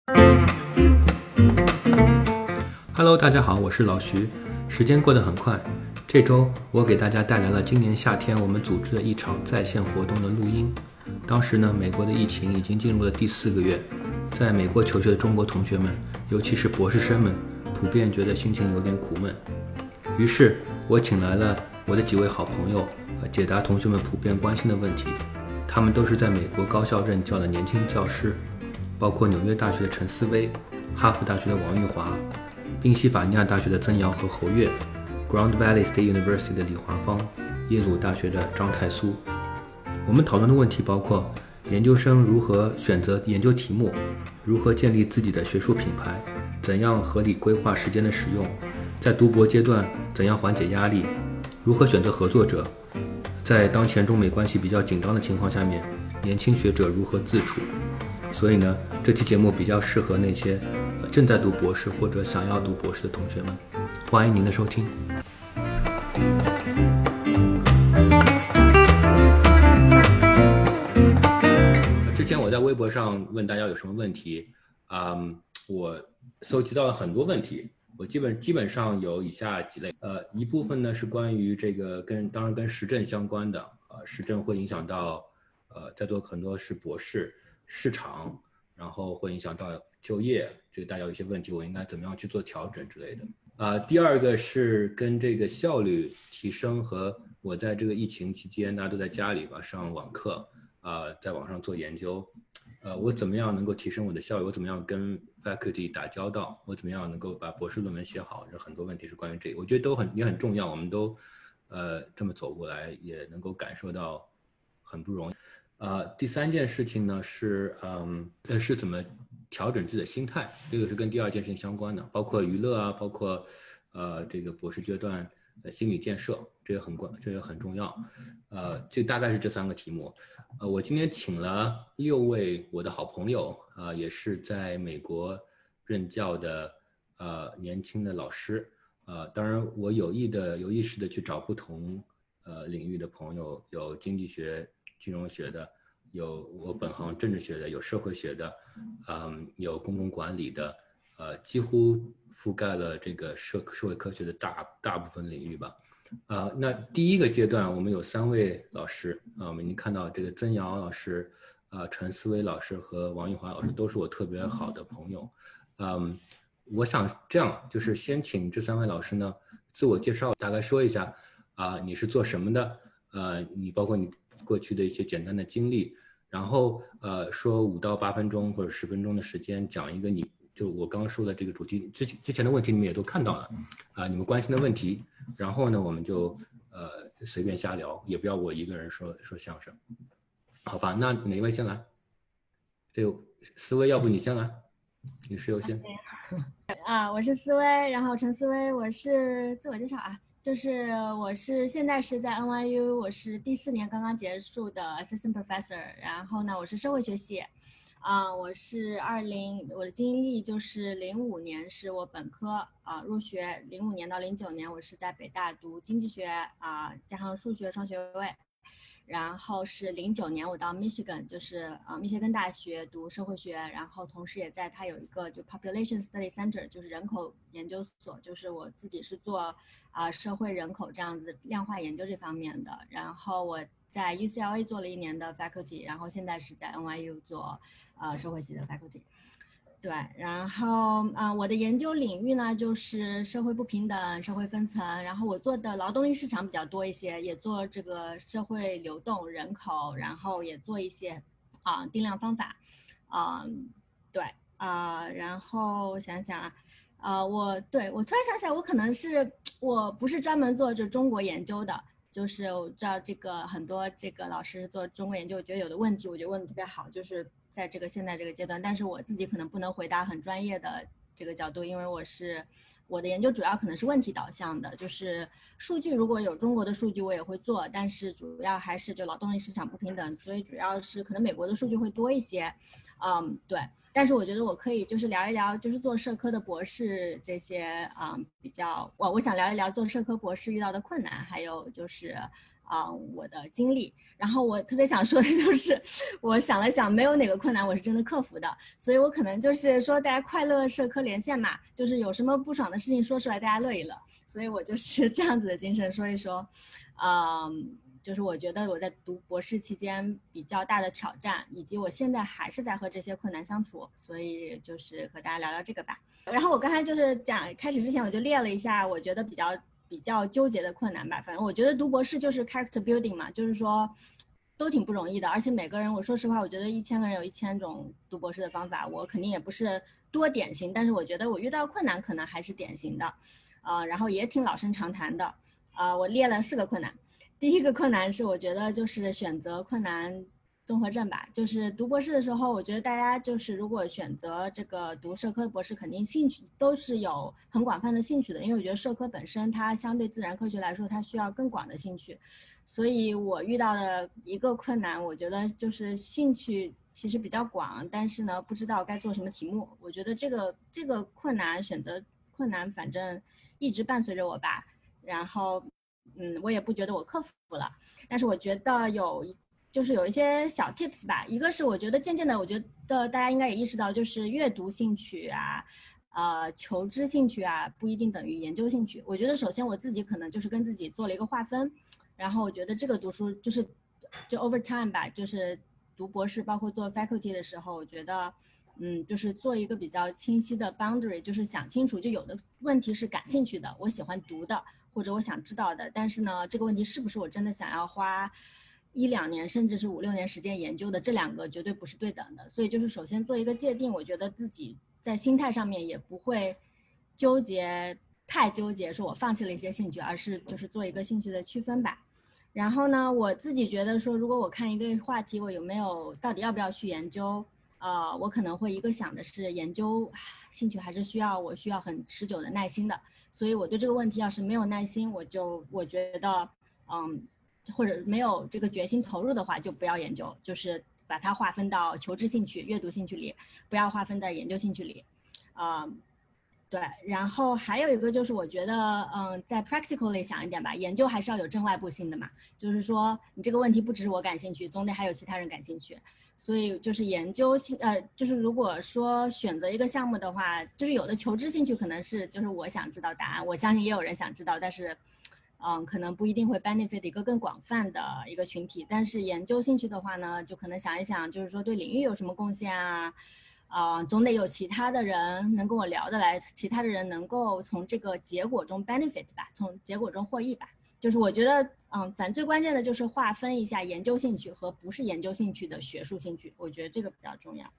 Hello， 大家好，我是老徐。时间过得很快，这周我给大家带来了今年夏天我们组织的一场在线活动的录音。当时呢，美国的疫情已经进入了第4个月，在美国求学的中国同学们，尤其是博士生们，普遍觉得心情有点苦闷。于是，我请来了我的几位好朋友，解答同学们普遍关心的问题。他们都是在美国高校任教的年轻教师，包括纽约大学的陈思威、哈佛大学的王玉华、宾夕法尼亚大学的曾瑶和侯月、Grand Valley State University 的李华芳、耶鲁大学的张太苏。我们讨论的问题包括研究生如何选择研究题目，如何建立自己的学术品牌，怎样合理规划时间的使用，在读博阶段怎样缓解压力，如何选择合作者，在当前中美关系比较紧张的情况下面，年轻学者如何自处。所以呢，这期节目比较适合那些正在读博士或者想要读博士的同学们。欢迎您的收听。之前我在微博上问大家有什么问题，我搜集到了很多问题，我基本上有以下几类，一部分呢是关于这个当然跟时政相关的，时政会影响到在座很多是博士市场，然后会影响到就业，这个大家有一些问题，我应该怎么样去做调整之类的。第二个是跟这个效率提升和我在这个疫情期间大家都在家里吧上网课，在网上做研究，我怎么样能够提升我的效率，我怎么样跟 faculty 打交道，我怎么样能够把博士论文写好，这很多问题是关于这个，我觉得也很重要，我们都这么走过来也能够感受到很不容易。第三件事情呢是怎么调整自己的心态，这个是跟第二件事情相关的，包括娱乐啊，包括这个博士阶段心理建设，这个很重要。这大概是这3个题目。我今天请了6位我的好朋友，也是在美国任教的年轻的老师。当然我有意识的去找不同领域的朋友，有经济学、金融学的，有我本行政治学的，有社会学的，有公共管理的，几乎覆盖了这个社会科学的大部分领域吧。那第一个阶段我们有3位老师，我们已经看到这个曾瑶老师、陈思威老师和王玉华老师都是我特别好的朋友。我想这样，就是先请这3位老师呢自我介绍，大概说一下你是做什么的，你包括你过去的一些简单的经历，然后说5到8分钟或者10分钟的时间讲一个就我刚刚说的这个主题之前的问题你们也都看到了，你们关心的问题，然后呢我们就随便瞎聊，也不要我一个人说相声，好吧？那哪位先来？这个思威，要不你先来，女士优先。 我是思威，然后陈思威，我是自我介绍就是我现在是在 NYU， 我是第4年刚刚结束的 Assistant Professor， 然后呢我是社会学系，我是我的经历就是05年是我本科入学，05年到09年我是在北大读经济学加上数学双学位。然后是09年我到 Michigan， 就是密歇根大学读社会学，然后同时也在它有一个就 Population Study Center， 就是人口研究所，就是我自己是做社会人口这样子量化研究这方面的。然后我在 UCLA 做了1年的 faculty， 然后现在是在 NYU 做社会系的 faculty。对，然后我的研究领域呢就是社会不平等、社会分层，然后我做的劳动力市场比较多一些，也做这个社会流动、人口，然后也做一些定量方法，对然后我想想我突然想起来，我不是专门做中国研究的，就是我知道这个很多这个老师做中国研究，我觉得有的问题我觉得问的特别好，就是在现在这个阶段，但是我自己可能不能回答很专业的这个角度，因为我的研究主要可能是问题导向的，就是数据如果有中国的数据我也会做，但是主要还是就劳动力市场不平等，所以主要是可能美国的数据会多一些，对。但是我觉得我可以就是聊一聊就是做社科的博士这些比较我想聊一聊做社科博士遇到的困难，还有就是我的经历。然后我特别想说的就是，我想了想，没有哪个困难我是真的克服的，所以我可能就是说大家快乐社科连线嘛，就是有什么不爽的事情说出来，大家乐一乐，所以我就是这样子的精神说一说。就是我觉得我在读博士期间比较大的挑战，以及我现在还是在和这些困难相处，所以就是和大家聊聊这个吧。然后我刚才就是开始之前我就列了一下我觉得比较纠结的困难吧。反正我觉得读博士就是 character building 嘛，就是说都挺不容易的，而且每个人，我说实话，我觉得1000个人有1000种读博士的方法，我肯定也不是多典型，但是我觉得我遇到困难可能还是典型的，然后也挺老生常谈的，我列了4个困难。第一个困难是我觉得就是选择困难综合症吧，就是读博士的时候，我觉得大家就是如果选择这个读社科博士，肯定兴趣都是有很广泛的兴趣的，因为我觉得社科本身它相对自然科学来说，它需要更广的兴趣，所以我遇到的一个困难，我觉得就是兴趣其实比较广，但是呢不知道该做什么题目。我觉得这个困难选择困难，反正一直伴随着我吧，然后。我也不觉得我克服了，但是我觉得有一些小 tips 吧。一个是我觉得渐渐的，我觉得大家应该也意识到，就是阅读兴趣啊，求知兴趣啊，不一定等于研究兴趣。我觉得首先我自己可能就是跟自己做了一个划分，然后我觉得这个读书就 over time 吧，就是读博士包括做 faculty 的时候，我觉得就是做一个比较清晰的 boundary， 就是想清楚，就有的问题是感兴趣的，我喜欢读的。或者我想知道的，但是呢，这个问题是不是我真的想要花1、2年，甚至是5、6年时间研究的，这2个绝对不是对等的。所以就是首先做一个界定，我觉得自己在心态上面也不会太纠结，说我放弃了一些兴趣，而是就是做一个兴趣的区分吧。然后呢，我自己觉得说，如果我看一个话题，我到底要不要去研究？我可能会一个想的是研究兴趣还是需要很持久的耐心的。所以我对这个问题要是没有耐心，我觉得，或者没有这个决心投入的话，就不要研究，就是把它划分到求知兴趣、阅读兴趣里，不要划分在研究兴趣里，对。然后还有一个就是我觉得，在 practically 想一点吧，研究还是要有正外部性的嘛，就是说你这个问题不只是我感兴趣，总得还有其他人感兴趣。所以就是研究就是如果说选择一个项目的话，就是有的求知兴趣可能是就是我想知道答案，我相信也有人想知道，但是可能不一定会 benefit 一个更广泛的一个群体。但是研究兴趣的话呢，就可能想一想，就是说对领域有什么贡献啊，总得有其他的人能跟我聊得来，其他的人能够从这个结果中 benefit 吧，从结果中获益吧。就是我觉得，反正最关键的就是划分一下研究兴趣和不是研究兴趣的学术兴趣，我觉得这个比较重要。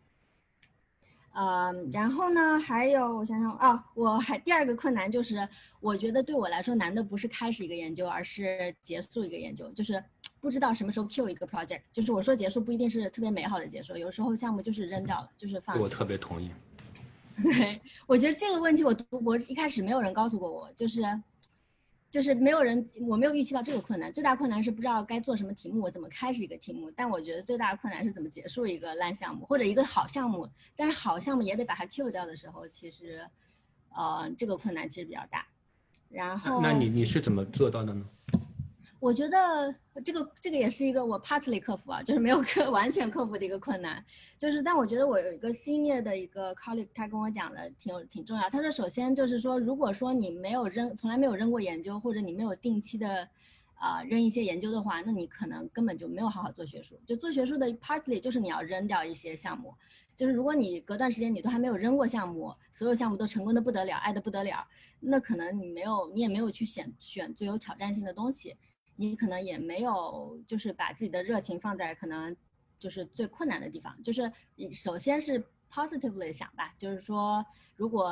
然后呢，还有我想想第2个困难就是，我觉得对我来说难的不是开始一个研究，而是结束一个研究，就是不知道什么时候 kill 一个 project。就是我说结束不一定是特别美好的结束，有时候项目就是扔掉了，就是放弃。 我特别同意。 对，我觉得这个问题我读博一开始没有人告诉过我，就是没有人，我没有预期到这个困难。最大困难是不知道该做什么题目，我怎么开始一个题目。但我觉得最大的困难是怎么结束一个烂项目或者一个好项目。但是好项目也得把它 Q 掉的时候，其实，这个困难其实比较大。然后， 那你是怎么做到的呢？ 我觉得这个也是一个我 partly 克服就是没有完全克服的一个困难，但我觉得我有一个 senior 的一个 colleague， 他跟我讲的挺重要。他说，首先就是说，如果说你从来没有扔过研究，或者你没有定期的扔一些研究的话，那你可能根本就没有好好做学术。就做学术的 partly 就是你要扔掉一些项目，就是如果你隔段时间你都还没有扔过项目，所有项目都成功的不得了，爱的不得了，那可能你也没有去选最有挑战性的东西。你可能也没有就是把自己的热情放在可能就是最困难的地方。就是首先是 positively 想吧，就是说如果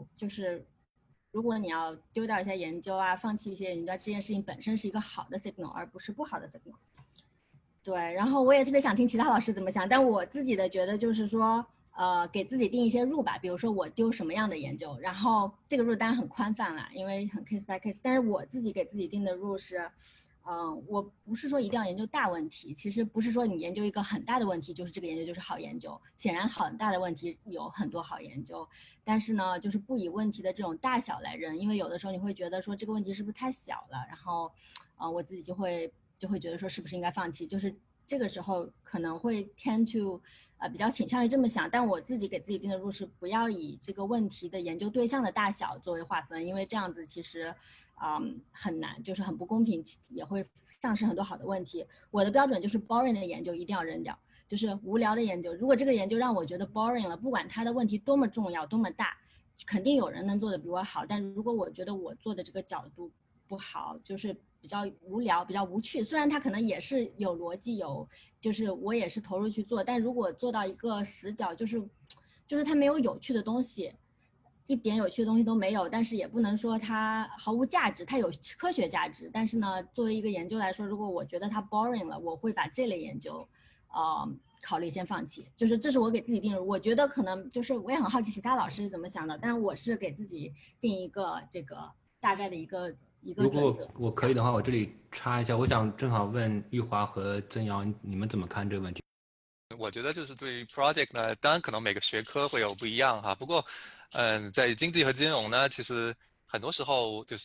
你要丢掉一些研究放弃一些研究，这件事情本身是一个好的 signal， 而不是不好的 signal。对，然后我也特别想听其他老师怎么想，但我自己的觉得就是说给自己定一些入吧，比如说我丢什么样的研究，然后这个入当然很宽泛了，因为很 case by case， 但是我自己给自己定的入是我不是说一定要研究大问题，其实不是说你研究一个很大的问题就是这个研究就是好研究，显然很大的问题有很多好研究，但是呢就是不以问题的这种大小来认，因为有的时候你会觉得说这个问题是不是太小了，然后我自己就会就会觉得说是不是应该放弃，就是这个时候可能会 tend to 比较倾向于这么想，但我自己给自己定的路是不要以这个问题的研究对象的大小作为划分，因为这样子其实很难，就是很不公平，也会丧失很多好的问题。我的标准就是 boring 的研究一定要扔掉，就是无聊的研究，如果这个研究让我觉得 boring 了，不管它的问题多么重要多么大，肯定有人能做的比我好，但如果我觉得我做的这个角度不好，就是比较无聊比较无趣，虽然它可能也是有逻辑就是我也是投入去做，但如果做到一个死角，就是它没有有趣的东西，一点有趣的东西都没有，但是也不能说它毫无价值，它有科学价值，但是呢作为一个研究来说，如果我觉得它 boring 了，我会把这类研究考虑先放弃，就是这是我给自己定的。我觉得可能就是我也很好奇其他老师是怎么想的，但我是给自己定一个这个大概的一个如准则。 果我可以的话，我这里插一下，我想正好问玉华和曾瑶，你们怎么看这个问题？ 我觉得就是对于 project 呢，当然可能每个学科会有不一样哈，不过，在经济和金融呢，其实很多时候就是，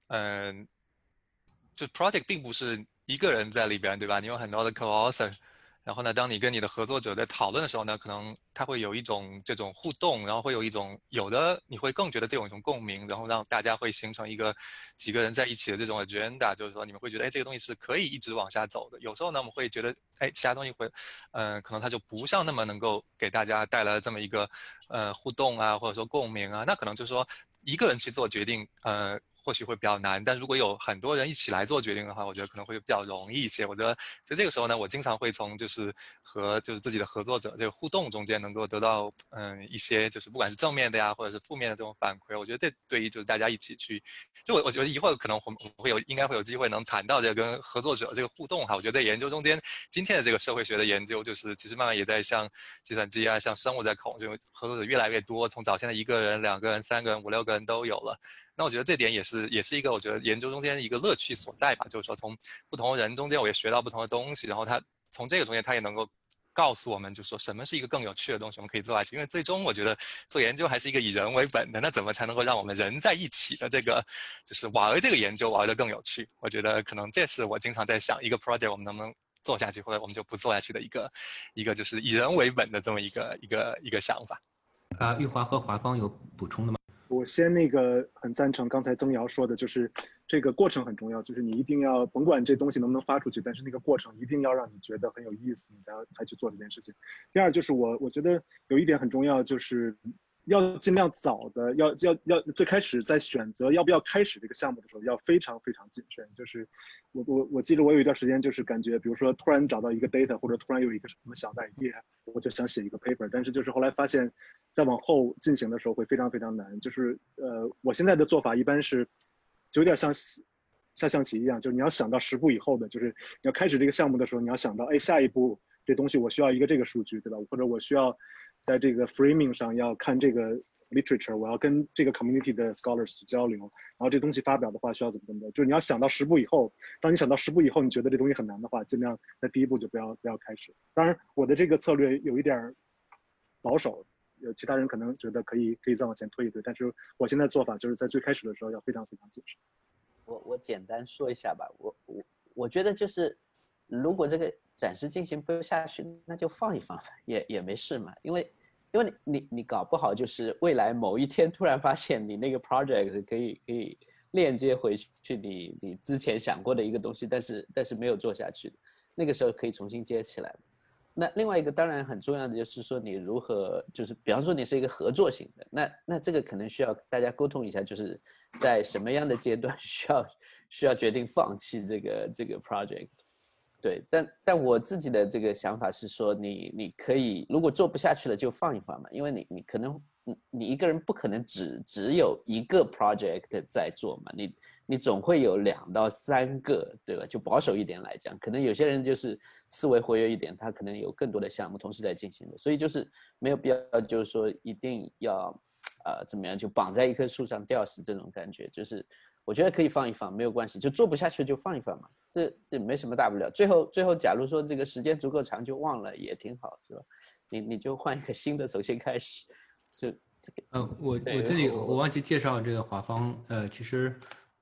就 project 并不是一个人在里边，对吧？你有很多的 co-author，然后呢，当你跟你的合作者在讨论的时候呢，可能他会有一种这种互动，然后会有一种有的你会更觉得这种一种共鸣，然后让大家会形成一个几个人在一起的这种 agenda，就是说你们会觉得，哎，这个东西是可以一直往下走的。有时候呢，我们会觉得，哎，其他东西会，可能它就不像那么能够给大家带来这么一个互动啊，或者说共鸣啊，那可能就是说一个人去做决定，或许会比较难，但如果有很多人一起来做决定的话，我觉得可能会比较容易一些。我觉得在这个时候呢，我经常会从就是和就是自己的合作者这个互动中间能够得到一些就是不管是正面的呀，或者是负面的这种反馈。我觉得这对于就是大家一起去，就我觉得以后可能我会应该会有机会能谈到这个跟合作者这个互动哈。我觉得在研究中间，今天的这个社会学的研究就是其实慢慢也在向计算机啊，向生物在靠拢，就合作者越来越多，从早先的1个人、2个人、3个人、5、6个人都有了。那我觉得这点也是一个我觉得研究中间一个乐趣所在吧，就是说从不同的人中间我也学到不同的东西，然后他从这个中间他也能够告诉我们，就是说什么是一个更有趣的东西，我们可以做下去。因为最终我觉得做研究还是一个以人为本的，那怎么才能够让我们人在一起的这个就是玩这个研究玩得更有趣？我觉得可能这是我经常在想，一个 project 我们能不能做下去，或者我们就不做下去的一个就是以人为本的这么一个想法。 玉华和华芳有补充的吗？ 我先很赞成刚才曾瑶说的，就是这个过程很重要，就是你一定要甭管这东西能不能发出去，但是那个过程一定要让你觉得很有意思，你才去做这件事情。第二就是我觉得有一点很重要，就是要尽量早的，要最开始在选择要不要开始这个项目的时候，要非常非常谨慎。就是我记得我有一段时间就是感觉，比如说突然找到一个 data， 或者突然有一个什么小的 idea， 我就想写一个 paper， 但是就是后来发现，再往后进行的时候会非常非常难。就是我现在的做法一般是，就有点像下象棋一样，就是你要想到10步以后的，就是你要开始这个项目的时候，你要想到，哎，下一步这东西我需要一个这个数据，对吧？或者我需要在这个 framing 上要看这个 literature， 我要跟这个 community 的 scholars 去交流，然后这东西发表的话需要怎么的，就是你要想到10步以后。当你想到10步以后，你觉得这东西很难的话，尽量在第一步就不要开始。当然，我的这个策略有一点保守，有其他人可能觉得可以再往前推一推，但是我现在做法就是在最开始的时候要非常非常谨慎。 我简单说一下吧，我觉得就是如果这个暂时进行不下去，那就放一放，也没事嘛，因为你搞不好就是未来某一天突然发现你那个 project 可以链接回去你之前想过的一个东西，但是没有做下去，那个时候可以重新接起来。那另外一个当然很重要的就是说你如何，就是比方说你是一个合作型的，那这个可能需要大家沟通一下，就是在什么样的阶段需要决定放弃这个 project。对，但我自己的这个想法是说，你可以如果做不下去了就放一放嘛，因为你可能你一个人不可能只有一个 project 在做嘛，你总会有2到3个，对吧？就保守一点来讲，可能有些人就是思维活跃一点，他可能有更多的项目同时在进行的，所以就是没有必要就是说一定要怎么样就绑在一棵树上吊死这种感觉，就是我觉得可以放一放，没有关系，就做不下去就放一放嘛，这没什么大不了。最后假如说这个时间足够长就忘了也挺好，是吧？你就换一个新的重新开始，就这个。 我这里我忘记介绍这个华芳，其实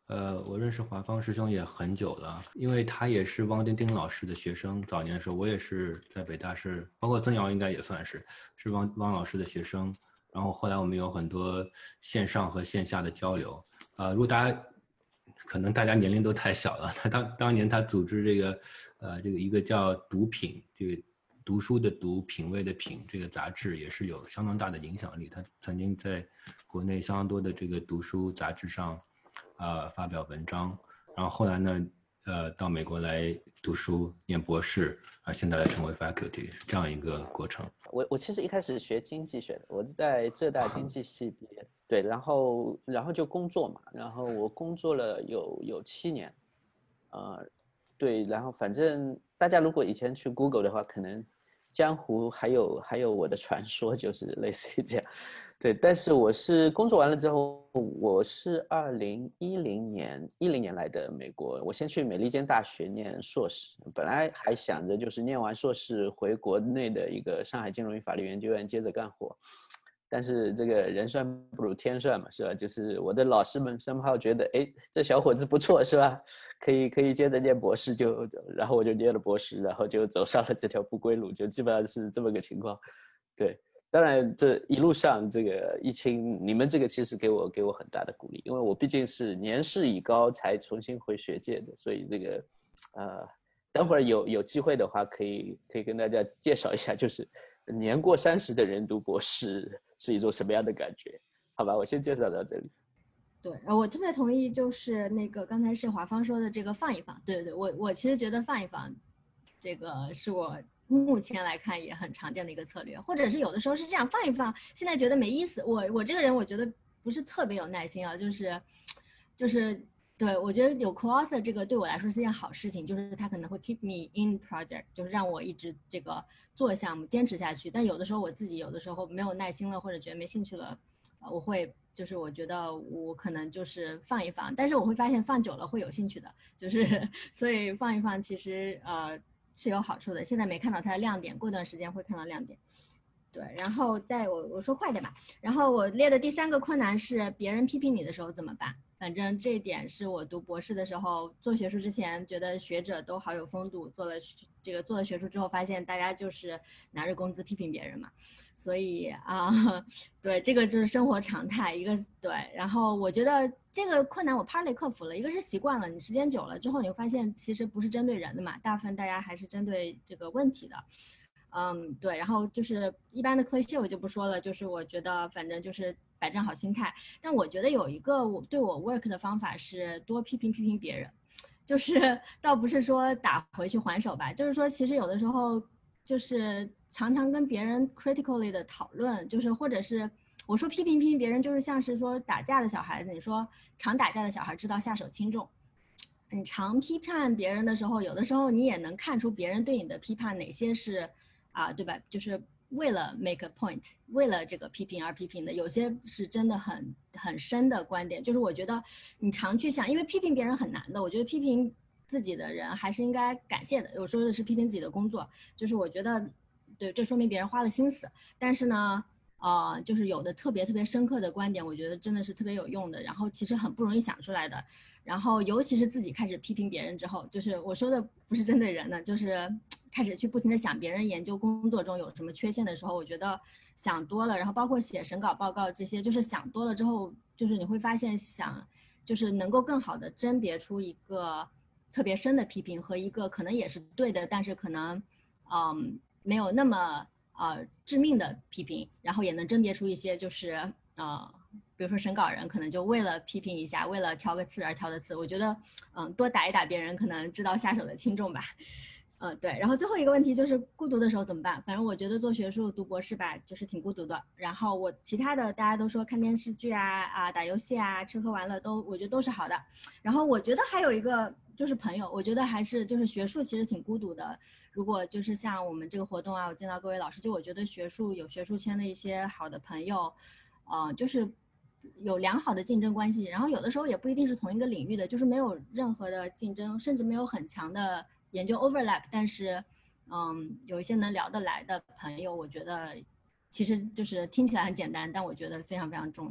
我认识华芳师兄也很久了，因为他也是汪丁丁老师的学生。早年的时候，我也是在北大是，包括曾瑶应该也算是汪老师的学生。然后后来我们有很多线上和线下的交流。如果可能大家年龄都太小了，他当年他组织这个一个叫读品，这个读书的读，品味的品，这个杂志也是有相当大的影响力。他曾经在国内相当多的这个读书杂志上发表文章，然后后来呢到美国来读书念博士，现在来成为 faculty， 是这样一个过程。 我其实一开始学经济学的，我是在浙大经济系毕业，对，然后就工作嘛，然后我工作了有7年，对，然后反正大家如果以前去 Google 的话，可能江湖还有我的传说，就是类似于这样。对，但是我是工作完了之后，我是2010年来的美国。我先去美利坚大学念硕士，本来还想着就是念完硕士回国内的一个上海金融与法律研究院接着干活，但是这个人算不如天算嘛，是吧？就是我的老师们somehow觉得，哎，这小伙子不错，是吧？可以接着念博士，然后我就念了博士，然后就走上了这条不归路，就基本上是这么个情况，对。当然，这一路上这个疫情，你们这个其实给我很大的鼓励，因为我毕竟是年事已高才重新回学界的，所以这个，等会儿有机会的话，可以跟大家介绍一下，就是年过30的人读博士是一种什么样的感觉？好吧，我先介绍到这里。 对，我特别同意，就是那个刚才是华芳说的这个放一放，对，我其实觉得放一放，这个是我目前来看也很常见的一个策略，或者是有的时候是这样放一放，现在觉得没意思。我这个人我觉得不是特别有耐心啊，就是对，我觉得有 co-author 这个对我来说是件好事情，就是他可能会 keep me in project， 就是让我一直这个做项目坚持下去。但有的时候我自己有的时候没有耐心了，或者觉得没兴趣了，我会就是我觉得我可能就是放一放，但是我会发现放久了会有兴趣的，就是所以放一放其实是有好处的，现在没看到它的亮点，过段时间会看到亮点。对，然后我说快点吧。然后我列的第3个困难是别人批评你的时候怎么办？反正这一点是我读博士的时候做学术之前觉得学者都好有风度，做了学术之后发现大家就是拿着工资批评别人嘛，所以对，这个就是生活常态一个。对，然后我觉得这个困难我 partly 克服了，一个是习惯了，你时间久了之后你会发现其实不是针对人的嘛，大部分大家还是针对这个问题的。对，然后就是一般的cliché我就不说了，就是我觉得反正就是摆正好心态。但我觉得有一个对我 work 的方法是多批评别人，就是倒不是说打回去还手吧，就是说其实有的时候就是常常跟别人 critically 的讨论，就是或者是我说批评别人，就是像是说打架的小孩子，你说常打架的小孩知道下手轻重。你常批判别人的时候，有的时候你也能看出别人对你的批判哪些是对吧？就是为了 make a point， 为了这个批评而批评的，有些是真的很深的观点。就是我觉得你常去想，因为批评别人很难的，我觉得批评自己的人还是应该感谢的。我说的是批评自己的工作，就是我觉得对，这说明别人花了心思。但是呢就是有的特别深刻的观点，我觉得真的是特别有用的，然后其实很不容易想出来的。然后尤其是自己开始批评别人之后，就是我说的不是针对人的，就是开始去不停的想别人研究工作中有什么缺陷的时候，我觉得想多了，然后包括写审稿报告这些，就是想多了之后，就是你会发现就是能够更好的甄别出一个特别深的批评和一个可能也是对的，但是可能没有那么致命的批评，然后也能甄别出一些就是比如说审稿人可能就为了批评一下，为了挑个刺而挑的刺，我觉得多打一打别人可能知道下手的轻重吧。对，然后最后一个问题就是孤独的时候怎么办？反正我觉得做学术读博士吧，就是挺孤独的。然后我其他的大家都说看电视剧打游戏吃喝玩乐我觉得都是好的。然后我觉得还有一个就是朋友，我觉得还是就是学术其实挺孤独的。如果就是像我们这个活动我见到各位老师，就我觉得有学术圈的一些好的朋友，就是有良好的竞争关系，然后有的时候也不一定是同一个领域的，就是没有任何的竞争，甚至没有很强的研究 overlap， 但是有一些能聊得来的朋友，我觉得其实就是听起来很简单，但我觉得非常非常重要。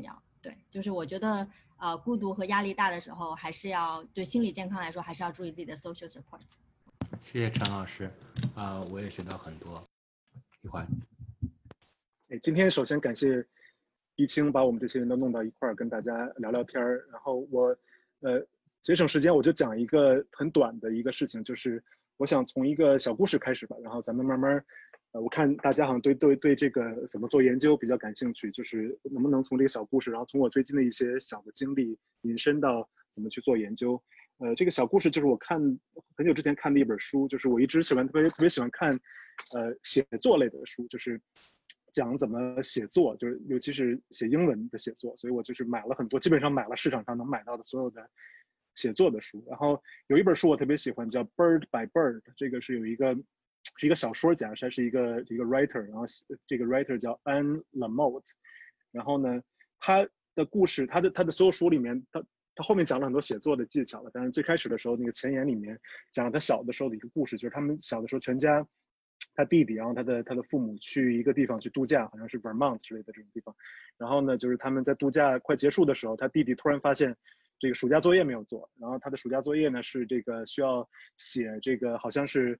对，就是我觉得孤独和压力大的时候，还是要对心理健康来说，还是要注意自己的 social support。 谢谢陈老师，我也学到很多。一会儿， 今天首先感谢一清把我们这些人都弄到一块儿跟大家聊聊天儿，然后我节省时间我就讲一个很短的一个事情，就是我想从一个小故事开始吧，然后咱们慢慢我看大家好像对这个怎么做研究比较感兴趣，就是能不能从这个小故事，然后从我最近的一些小的经历引申到怎么去做研究。这个小故事就是我看很久之前看的一本书，就是我一直特别喜欢看写作类的书，就是讲怎么写作，就是尤其是写英文的写作，所以我就是买了很多，基本上买了市场上能买到的所有的写作的书。然后有一本书我特别喜欢，叫 Bird by Bird， 这个是一个小说家，他是一个writer， 然后这个 writer 叫 Anne Lamott， 然后呢，他的故事，他的所有书里面，他后面讲了很多写作的技巧了，但是最开始的时候那个前言里面讲了他小的时候的一个故事，就是他们小的时候全家，他弟弟，然后他的父母去一个地方去度假，好像是 Vermont 之类的这种地方，然后呢，就是他们在度假快结束的时候，他弟弟突然发现这个暑假作业没有做，然后他的暑假作业呢是这个需要写这个好像是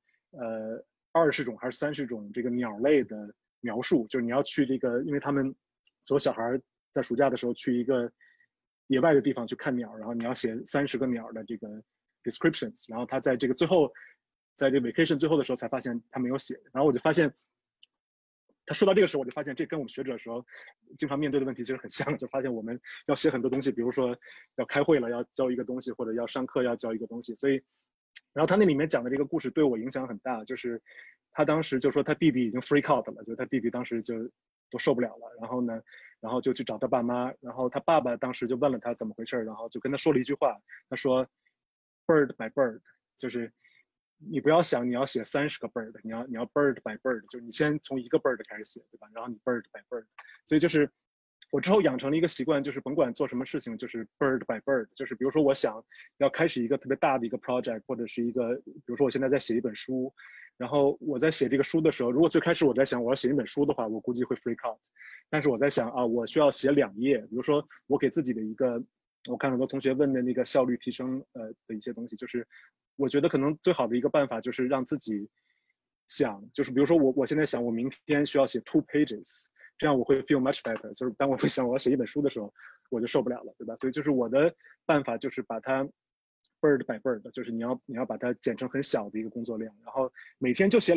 20种还是30种这个鸟类的描述，就是你要去这个，因为他们所有小孩在暑假的时候去一个野外的地方去看鸟，然后你要写30个鸟的这个 descriptions， 然后他在这个最后，在这个 vacation 最后的时候才发现他没有写，然后我就发现，他说到这个时候，我就发现这跟我们学者的时候经常面对的问题其实很像，就发现我们要写很多东西，比如说要开会了要交一个东西，或者要上课要交一个东西，所以，然后他那里面讲的这个故事对我影响很大，就是他当时就说他弟弟已经 freak out 了，就是他弟弟当时就都受不了了，然后呢，然后就去找他爸妈，然后他爸爸当时就问了他怎么回事，然后就跟他说了一句话，他说 bird by bird， 就是你不要想你要写30个 bird， 你要 bird by bird， 就是你先从一个 bird 开始写，对吧？然后你 bird by bird， 所以就是我之后养成了一个习惯，就是甭管做什么事情，就是 bird by bird， 就是比如说我想要开始一个特别大的一个 project， 或者是一个，比如说我现在在写一本书，然后我在写这个书的时候，如果最开始我在想我要写一本书的话，我估计会 freak out， 但是我在想我需要写2页，比如说我给自己的一个，我看很多同学问的那个效率提升的一些东西，就是我觉得可能最好的一个办法就是让自己想，就是比如说我现在想我明天需要写2 pages， 这样我会 feel much better， 就是当我会想我要写一本书的时候，我就受不了了，对吧？所以就是我的办法就是把它 bird by bird， 就是你要把它剪成很小的一个工作量，然后每天就写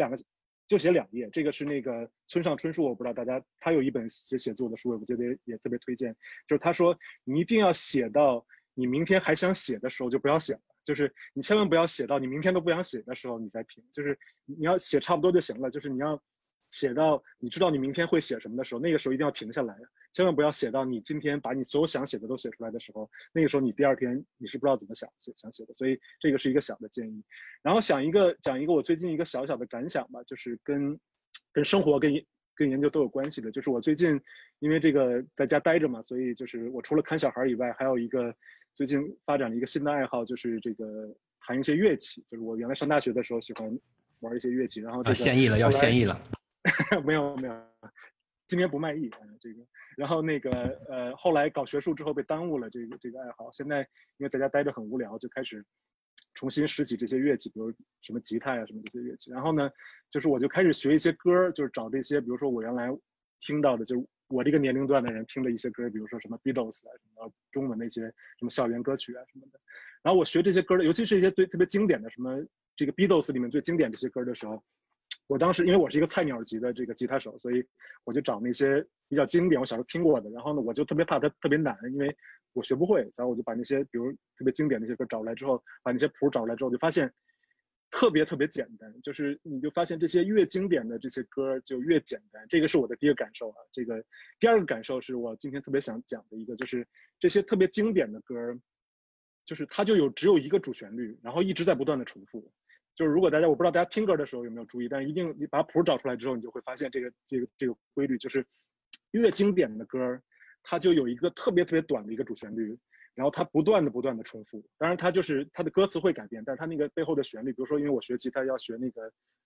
2页。这个是那个村上春树，我不知道大家，他有一本写作的书，我觉得也特别推荐，就是他说你一定要写到你明天还想写的时候就不要写了，就是你千万不要写到你明天都不想写的时候你再停，就是你要写差不多就行了，就是你要写到你知道你明天会写什么的时候，那个时候一定要停下来，千万不要写到你今天把你所有想写的都写出来的时候，那个时候你第二天你是不知道怎么想写的，所以这个是一个小的建议。然后讲一个我最近一个小小的感想吧，就是跟生活跟研究都有关系的，就是我最近因为这个在家待着嘛，所以就是我除了看小孩以外，还有一个最近发展了一个新的爱好，就是这个弹一些乐器，就是我原来上大学的时候喜欢玩一些乐器，然后献艺了，要献艺了。 没有，今年不卖艺这个，然后那个后来搞学术之后被耽误了这个爱好，现在因为在家待着很无聊，就开始重新拾起这些乐器，比如什么吉他呀什么这些乐器，然后呢，就是我就开始学一些歌，就是找这些，比如说我原来听到的，就是我这个年龄段的人听的一些歌，比如说什么 Beatles 啊，什么中文那些什么校园歌曲啊什么的，然后我学这些歌的，尤其是一些特别经典的，什么这个 Beatles 里面最经典这些歌的时候。我当时因为我是一个菜鸟级的这个吉他手，所以我就找那些比较经典我小时候听过的，然后呢我就特别怕它特别难，因为我学不会，然后我就把那些比如特别经典的那些歌找来之后，把那些谱找来之后，就发现特别简单，就是你就发现这些越经典的这些歌就越简单，这个是我的第一个感受啊。这个第二个感受是我今天特别想讲的一个，就是这些特别经典的歌，就是它就只有一个主旋律，然后一直在不断的重复。就是如果我不知道大家听歌的时候有没有注意，但是一定你把谱找出来之后，你就会发现这个规律，就是越经典的歌，它就有一个特别短的一个主旋律，然后它不断的重复。当然它就是它的歌词会改变，但是它那个背后的旋律，比如说因为我学吉他要学那个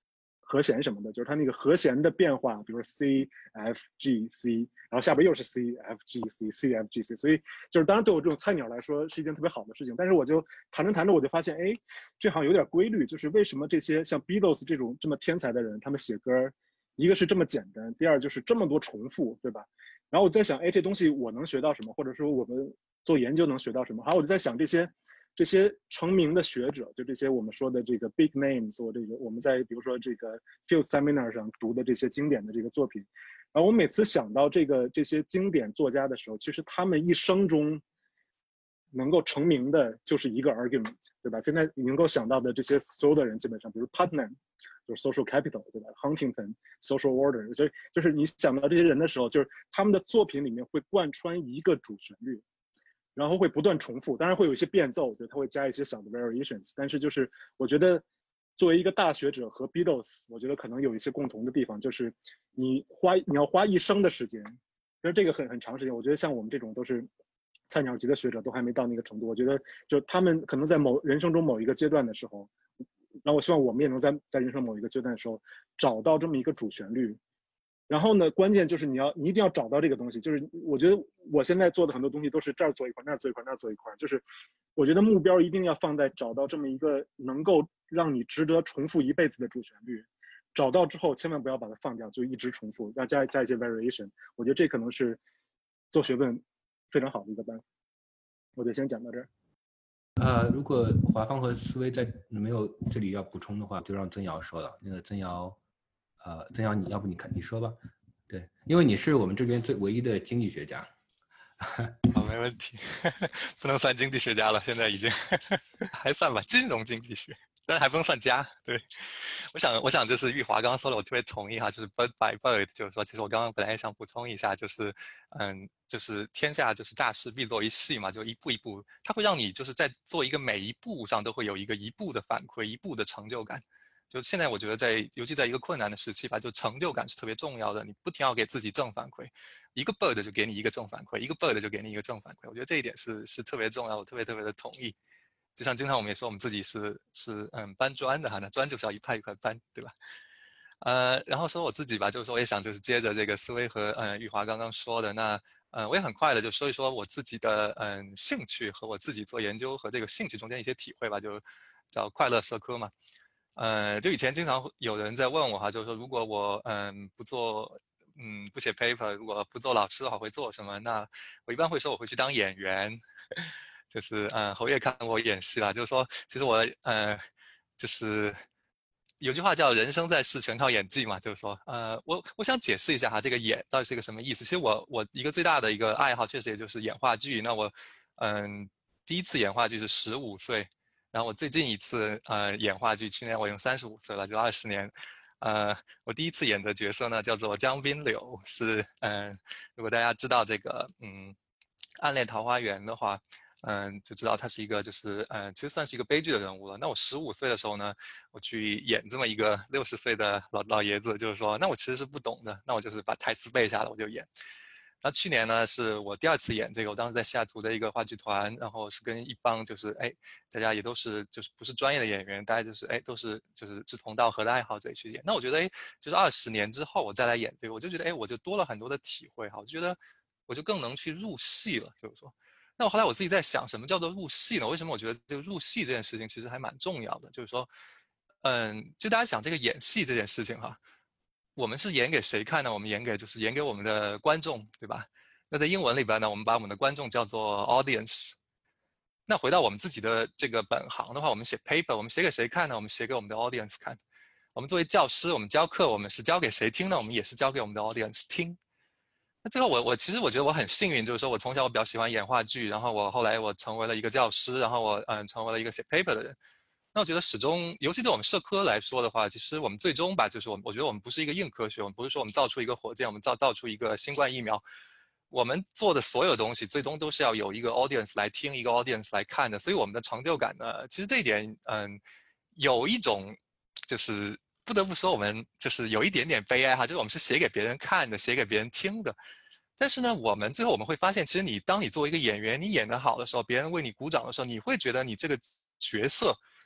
和弦什么的，就是它那个和弦的变化，比如说 C F G C， 然后下边又是 C F G C C F G C， 所以就是当然对我这种菜鸟来说是一件特别好的事情，但是我就弹着弹着我就发现，哎，这好像有点规律，就是为什么这些像 Beatles 这种这么天才的人，他们写歌，一个是这么简单，第二就是这么多重复，对吧？然后我在想，哎，这东西我能学到什么，或者说我们做研究能学到什么？还有我就在想这些成名的学者，就这些我们说的这个 big names， 或这个我们在比如说这个 field seminar 上读的这些经典的这个作品，然后我每次想到这些经典作家的时候，其实他们一生中能够成名的就是一个 argument， 对吧？现在你能够想到的这些所有的人，基本上，比如 Putnam， 就是 social capital， 对吧 ？Huntington social order， 所以就是你想到这些人的时候，就是他们的作品里面会贯穿一个主旋律。然后会不断重复，当然会有一些变奏，对，它会加一些小的 variations， 但是就是我觉得作为一个大学者和 Beatles， 我觉得可能有一些共同的地方，就是你要花一生的时间，其实这个很长时间，我觉得像我们这种都是菜鸟级的学者都还没到那个程度，我觉得就他们可能在人生中某一个阶段的时候，然后我希望我们也能在人生某一个阶段的时候找到这么一个主旋律。然后呢，关键就是你一定要找到这个东西。就是我觉得我现在做的很多东西都是这儿做一块，那儿做一块，那儿做一块。就是我觉得目标一定要放在找到这么一个能够让你值得重复一辈子的主旋律。找到之后，千万不要把它放掉，就一直重复，要加一些 variation。我觉得这可能是做学问非常好的一个办法。我就先讲到这儿。 如果华芳和思维在没有这里要补充的话，就让曾瑶说了。那个曾瑶。曾瑶，要不你说吧？对，因为你是我们这边唯一的经济学家。 好，没问题。不能算经济学家了，现在已经还算吧，金融经济学，但还不能算家。对，我想就是玉华刚刚说的，我特别同意哈，就是 bird by bird， 就是说，其实我刚刚本来也想补充一下，就是就是天下就是大事必作一细嘛，就一步一步，它会让你就是在做一个每一步上都会有一步的反馈，一步的成就感。就现在我觉得尤其在一个困难的时期吧，就成就感是特别重要的。你不停要给自己正反馈，一个 bird 就给你一个正反馈，一个 bird 就给你一个正反馈。我觉得这一点是特别重要，我特别的同意。就像经常我们也说我们自己是搬砖的哈，那砖就是要一块一块搬，对吧？然后说我自己吧，就是说我也想就是接着这个思维和玉华刚刚说的，那我也很快的就说一说我自己的兴趣和我自己做研究和这个兴趣中间一些体会吧，就叫快乐社科嘛。就以前经常有人在问我哈，就是说如果我不写 paper， 如果不做老师的话会做什么？那我一般会说我会去当演员，就是侯爷看过我演戏啦，就是说其实我就是有句话叫人生在世全靠演技嘛，就是说我想解释一下哈，这个演到底是一个什么意思？其实我一个最大的一个爱好确实也就是演话剧。那我第一次演话剧是15岁。然后我最近一次演话剧，去年我已经35岁了，就20年。我第一次演的角色呢叫做江滨柳，是如果大家知道这个暗恋桃花源的话，就知道他是一个就是其实算是一个悲剧的人物了。那我15岁的时候呢，我去演这么一个60岁的老爷子，就是说那我其实是不懂的，那我就是把台词背下了我就演。那去年呢是我第2次演这个，我当时在西雅图的一个话剧团，然后是跟一帮就是大家也都是就是不是专业的演员，大家就是都是就是志同道合的爱好者去演。那我觉得就是20年之后我再来演这个，我就觉得我就多了很多的体会哈，我就觉得我就更能去入戏了，就是说。那我后来我自己在想，什么叫做入戏呢？为什么我觉得这个入戏这件事情其实还蛮重要的？就是说，就大家想这个演戏这件事情哈。我们是演给谁看呢？我们演给我们的观众，对吧？那在英文里边呢，我们把我们的观众叫做 audience。那回到我们自己的这个本行的话，我们写 paper， 我们写给谁看呢？我们写给我们的 audience 看。我们作为教师，我们教课，我们是教给谁听呢？我们也是教给我们的 audience 听。那最后其实我觉得我很幸运，就是说我从小我比较喜欢演话剧，然后我后来我成为了一个教师，然后我成为了一个写 paper 的人。那我觉得始终，尤其对我们社科来说的话，其实我们最终吧，就是我觉得我们不是一个硬科学，我们不是说我们造出一个火箭，我们造出一个新冠疫苗，我们做的所有东西，最终都是要有一个 audience 来听，一个 audience 来看的。所以我们的成就感呢，其实这一点，有一种就是不得不说，我们就是有一点点悲哀哈，就是我们是写给别人看的，写给别人听的。但是呢，最后我们会发现，其实当你作为一个演员，你演得好的时候，别人为你鼓掌的时候，你会觉得你这个角色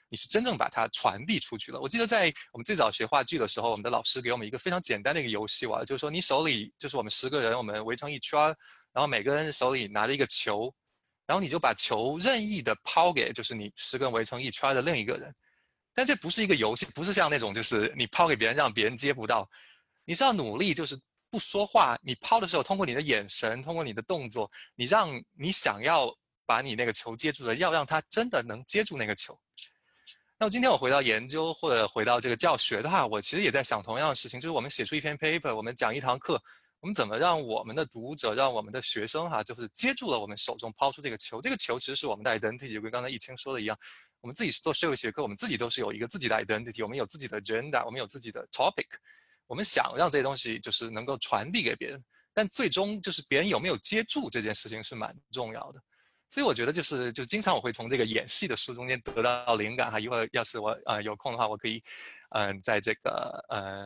你是真正把它传递出去了。我记得在我们最早学话剧的时候，我们的老师给我们一个非常简单的一个游戏玩，就是说你手里就是我们10个人，我们围成一圈，然后每个人手里拿着一个球，然后你就把球任意的抛给就是你10个人围成一圈的另一个人。但这不是一个游戏，不是像那种就是你抛给别人让别人接不到，你是要努力就是不说话，你抛的时候通过你的眼神，通过你的动作，你让你想要把你那个球接住的，要让他真的能接住那个球。那么今天我回到研究或者回到这个教学的话，我其实也在想同样的事情，就是我们写出一篇 paper， 我们讲一堂课，我们怎么让我们的读者，让我们的学生就是接住了我们手中抛出这个球。这个球其实是我们的 identity， 就跟刚才易清说的一样，我们自己做社会学科，我们自己都是有一个自己的 identity， 我们有自己的 agenda， 我们有自己的 topic， 我们想让这些东西就是能够传递给别人，但最终就是别人有没有接住这件事情是蛮重要的。所以我觉得就是经常我会从这个演戏的书中间得到灵感一会儿要是我有空的话，我可以在这个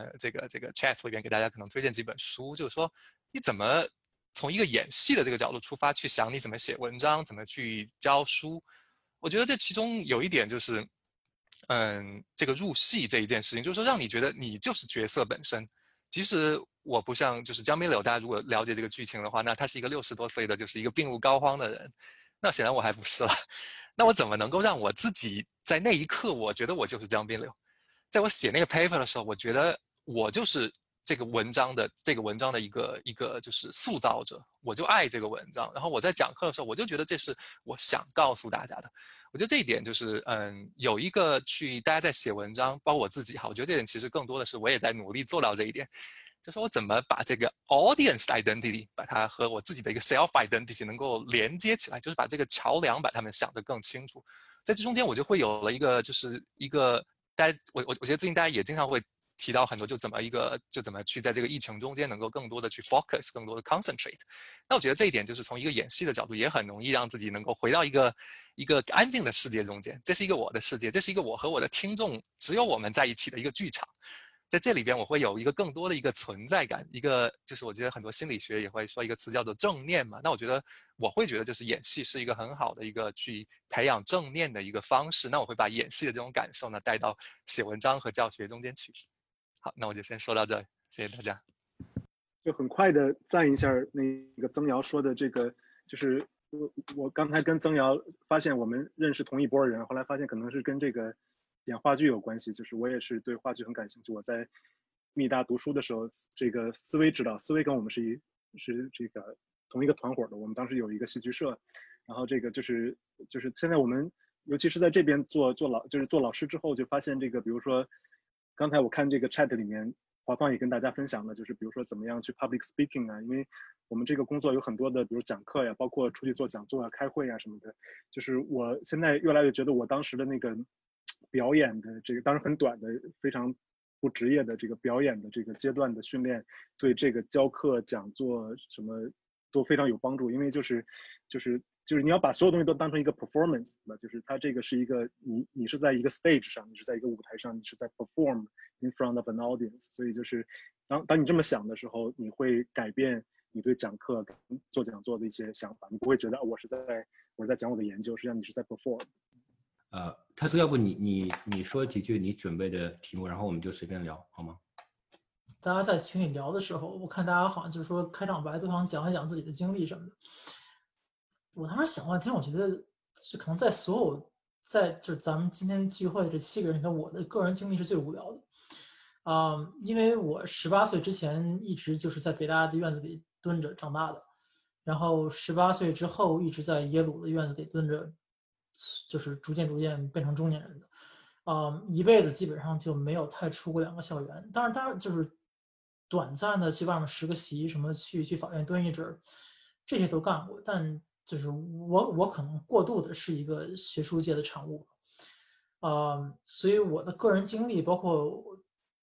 chat 里边给大家可能推荐几本书，就是说你怎么从一个演戏的这个角度出发去想你怎么写文章，怎么去教书。我觉得这其中有一点就是这个入戏这一件事情，就是说让你觉得你就是角色本身。即使我不像就是江滨柳，大家如果了解这个剧情的话，那他是一个60多岁的就是一个病入膏肓的人，那显然我还不是了。那我怎么能够让我自己在那一刻我觉得我就是江滨柳，在我写那个 paper 的时候，我觉得我就是这个文章的一个就是塑造者，我就爱这个文章。然后我在讲课的时候，我就觉得这是我想告诉大家的。我觉得这一点就是有一个大家在写文章，包括我自己我觉得这点其实更多的是我也在努力做到这一点，就是我怎么把这个 audience identity 把它和我自己的一个 self identity 能够连接起来，就是把这个桥梁把它们想得更清楚。在这中间我就会有了一个就是一个大家我觉得最近大家也经常会提到很多就怎么去在这个疫情中间能够更多的去 focus， 更多的 concentrate。那我觉得这一点就是从一个演戏的角度也很容易让自己能够回到一个安静的世界中间，这是一个我的世界，这是一个我和我的听众只有我们在一起的一个剧场。在这里边我会有一个更多的一个存在感，一个就是我觉得很多心理学也会说一个词叫做正念嘛。那我会觉得就是演戏是一个很好的一个去培养正念的一个方式。那我会把演戏的这种感受呢带到写文章和教学中间去。好，那我就先说到这里，谢谢大家。 就很快的赞一下那个曾瑶说的这个，就是我刚才跟曾瑶发现我们认识同一波人，后来发现可能是跟这个演话剧有关系，就是我也是对话剧很感兴趣。我在密大读书的时候，这个思维知道，思维跟我们是这个同一个团伙的，我们当时有一个戏剧社，然后这个就是现在我们尤其是在这边做老师之后，就发现这个比如说刚才我看这个 chat 里面华芳也跟大家分享了，就是比如说怎么样去 public speaking 因为我们这个工作有很多的比如讲课呀，包括出去做讲座开会什么的，就是我现在越来越觉得我当时的那个表演的这个当然很短的非常不职业的这个表演的这个阶段的训练，对这个教课讲座什么都非常有帮助。因为就是你要把所有东西都当成一个 performance， 就是它这个是一个你是在一个 stage 上，你是在一个舞台上，你是在 perform in front of an audience， 所以就是当你这么想的时候，你会改变你对讲课跟做讲座的一些想法，你不会觉得我是在讲我的研究，实际上你是在 perform。 泰苏，要不你说几句你准备的题目，然后我们就随便聊，好吗？ 大家在群里聊的时候，我看大家好像就是说开场白都想讲一讲自己的经历什么的。我当时想半天，我觉得这可能在就是咱们今天聚会的这7个人里头，我的个人经历是最无聊的。因为我18岁之前一直就是在北大的院子里蹲着长大的，然后18岁之后一直在耶鲁的院子里蹲着，就是逐渐变成中年人的。一辈子基本上就没有太出过2个校园，当然就是短暂的去外面实个习，什么去法院蹲一阵，这些都干过。但就是我可能过度的是一个学术界的产物，所以我的个人经历，包括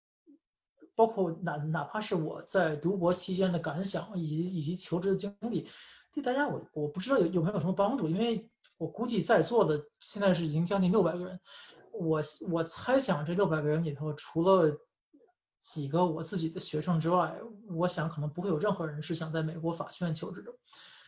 哪怕是我在读博期间的感想，以及求职的经历，对大家我不知道有没有什么帮助，因为我估计在座的现在是已经将近600个人。我猜想这600个人里头，除了几个我自己的学生之外，我想可能不会有任何人是想在美国法学院求职的。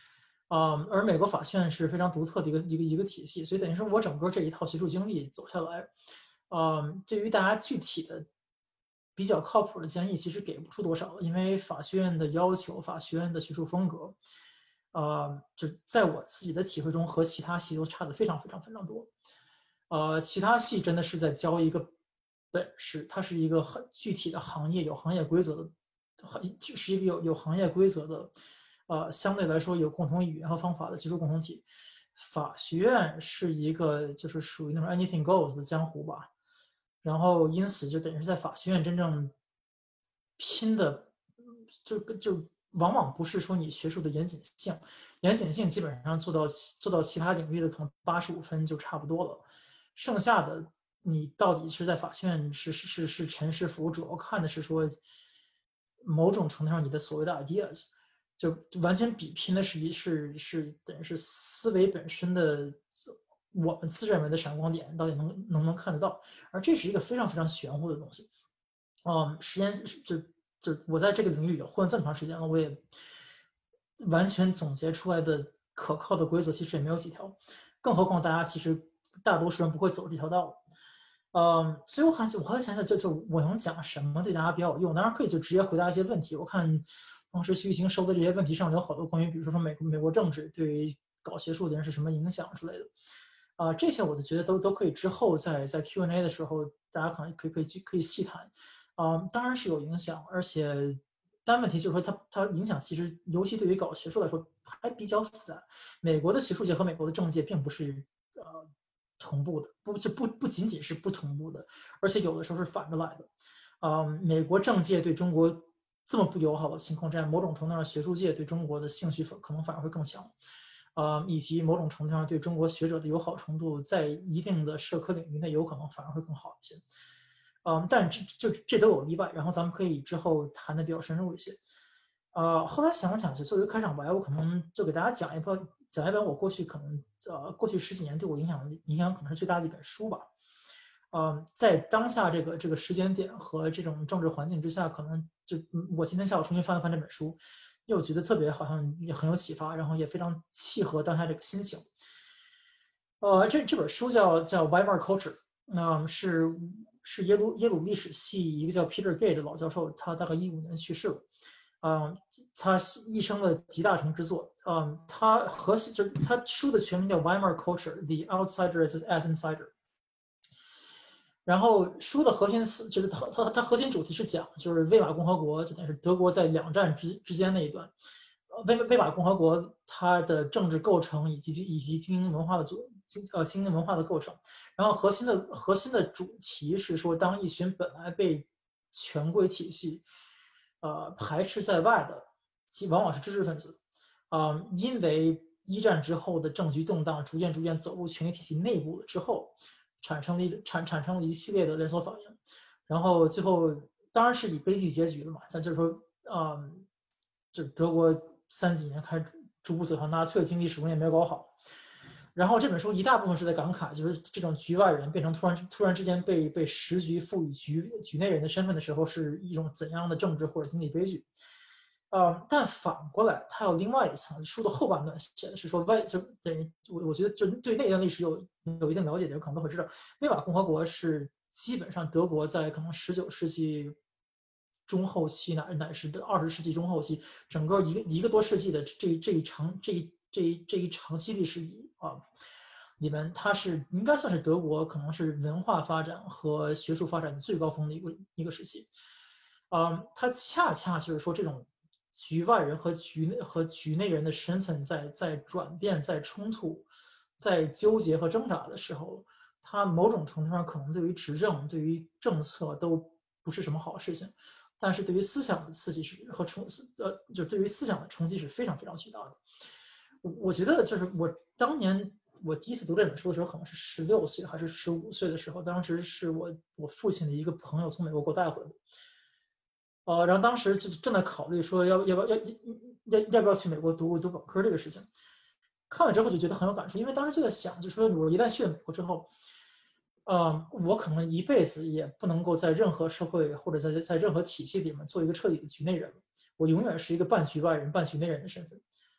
而美国法学院是非常独特的一个体系，所以等于说我整个这一套学术经历走下来，对于大家具体的比较靠谱的建议其实给不出多少，因为法学院的要求、法学院的学术风格，就在我自己的体会中和其他系都差的非常多。其他系真的是在教一个本事，它是一个很具体的行业，有行业规则的，就是一个有行业规则的，相对来说有共同语言和方法的技术共同体。法学院是一个就是属于那种 anything goes 的江湖吧，然后因此就等于是在法学院真正拼的就往往不是说你学术的严谨性基本上做到其他领域的可能85分就差不多了。剩下的你到底是在法学院是陈是福，主要看的是说某种程度上你的所谓的 ideas， 就完全比拼的是等于是思维本身的我们自认为的闪光点到底能不能看得到，而这是一个非常玄乎的东西。实验就我在这个领域也混了这么长时间了，我也完全总结出来的可靠的规则其实也没有几条，更何况大家其实大多数人不会走这条道。所以我后来想想，就我能讲什么对大家比较有用？当然可以就直接回答一些问题。我看当时徐玉兴收的这些问题上有好多关于，比如说美国政治对于搞学术的人是什么影响之类的。这些我就觉得都可以之后在 Q&A 的时候，大家可能可以细谈。当然是有影响，而且但问题就是说它影响其实尤其对于搞学术来说还比较复杂。美国的学术界和美国的政界并不是同步的，不仅仅是不同步的，而且有的时候是反着来的。美国政界对中国这么不友好的情况之下，某种程度上学术界对中国的兴趣可能反而会更强。以及某种程度上对中国学者的友好程度在一定的社科领域内有可能反而会更好一些。但这都有例外，然后咱们可以之后谈的比较深入一些。后来想想，就作为开场白，我可能就给大家讲一本我过去可能过去10几年对我影响可能是最大的一本书吧。在当下这个时间点和这种政治环境之下，可能就我今天下午重新翻了翻这本书，又觉得特别好像也很有启发，然后也非常契合当下这个心情。这本书叫 Weimar Culture， 是耶鲁历史系一个叫 Peter Gay 的老教授，他大概15年去世了。他一生的集大成之作。他书的全名叫 Weimar Culture: The Outsider as Insider。然后书的核心就是它核心主题是讲就是魏玛共和国，就等于是德国在2战之间那一段。魏玛共和国它的政治构成以及精英文化的构成。然后核心的主题是说，当一群本来被权贵体系排斥在外的，往往是知识分子，因为1战之后的政局动荡，逐渐走入权力体系内部了之后，产生了一系列的连锁反应，然后最后当然是以悲剧结局了嘛。咱就是说，就德国30几年开始逐步走向纳粹，经济始终也没有搞好。然后这本书一大部分是在感慨，就是这种局外人变成突然之间被时局赋予局内人的身份的时候，是一种怎样的政治或者经济悲剧。但反过来，它有另外一层，书的后半段写的是说，就等于我觉得就对那段历史有一定了解的人可能都会知道，魏玛共和国是基本上德国在可能19世纪中后期乃是20世纪中后期，整个一个多世纪的这一长期历史里面，它是应该算是德国可能是文化发展和学术发展的最高峰的一个时期。它恰恰就是说这种局外人和局内人的身份在转变、在冲突、在纠结和挣扎的时候，它某种程度上可能对于执政、对于政策都不是什么好事情，但是对于思想的刺激就对于思想的冲击是非常巨大的。我觉得就是我当年我第一次读这本书的时候，可能是16岁还是15岁的时候，当时是我父亲的一个朋友从美国给我带回来。然后当时就正在考虑说要不要去美国读本科这个事情。看了之后就觉得很有感触，因为当时就在想，就是说我一旦去了美国之后，我可能一辈子也不能够在任何社会或者在任何体系里面做一个彻底的局内人，我永远是一个半局外人半局内人的身份。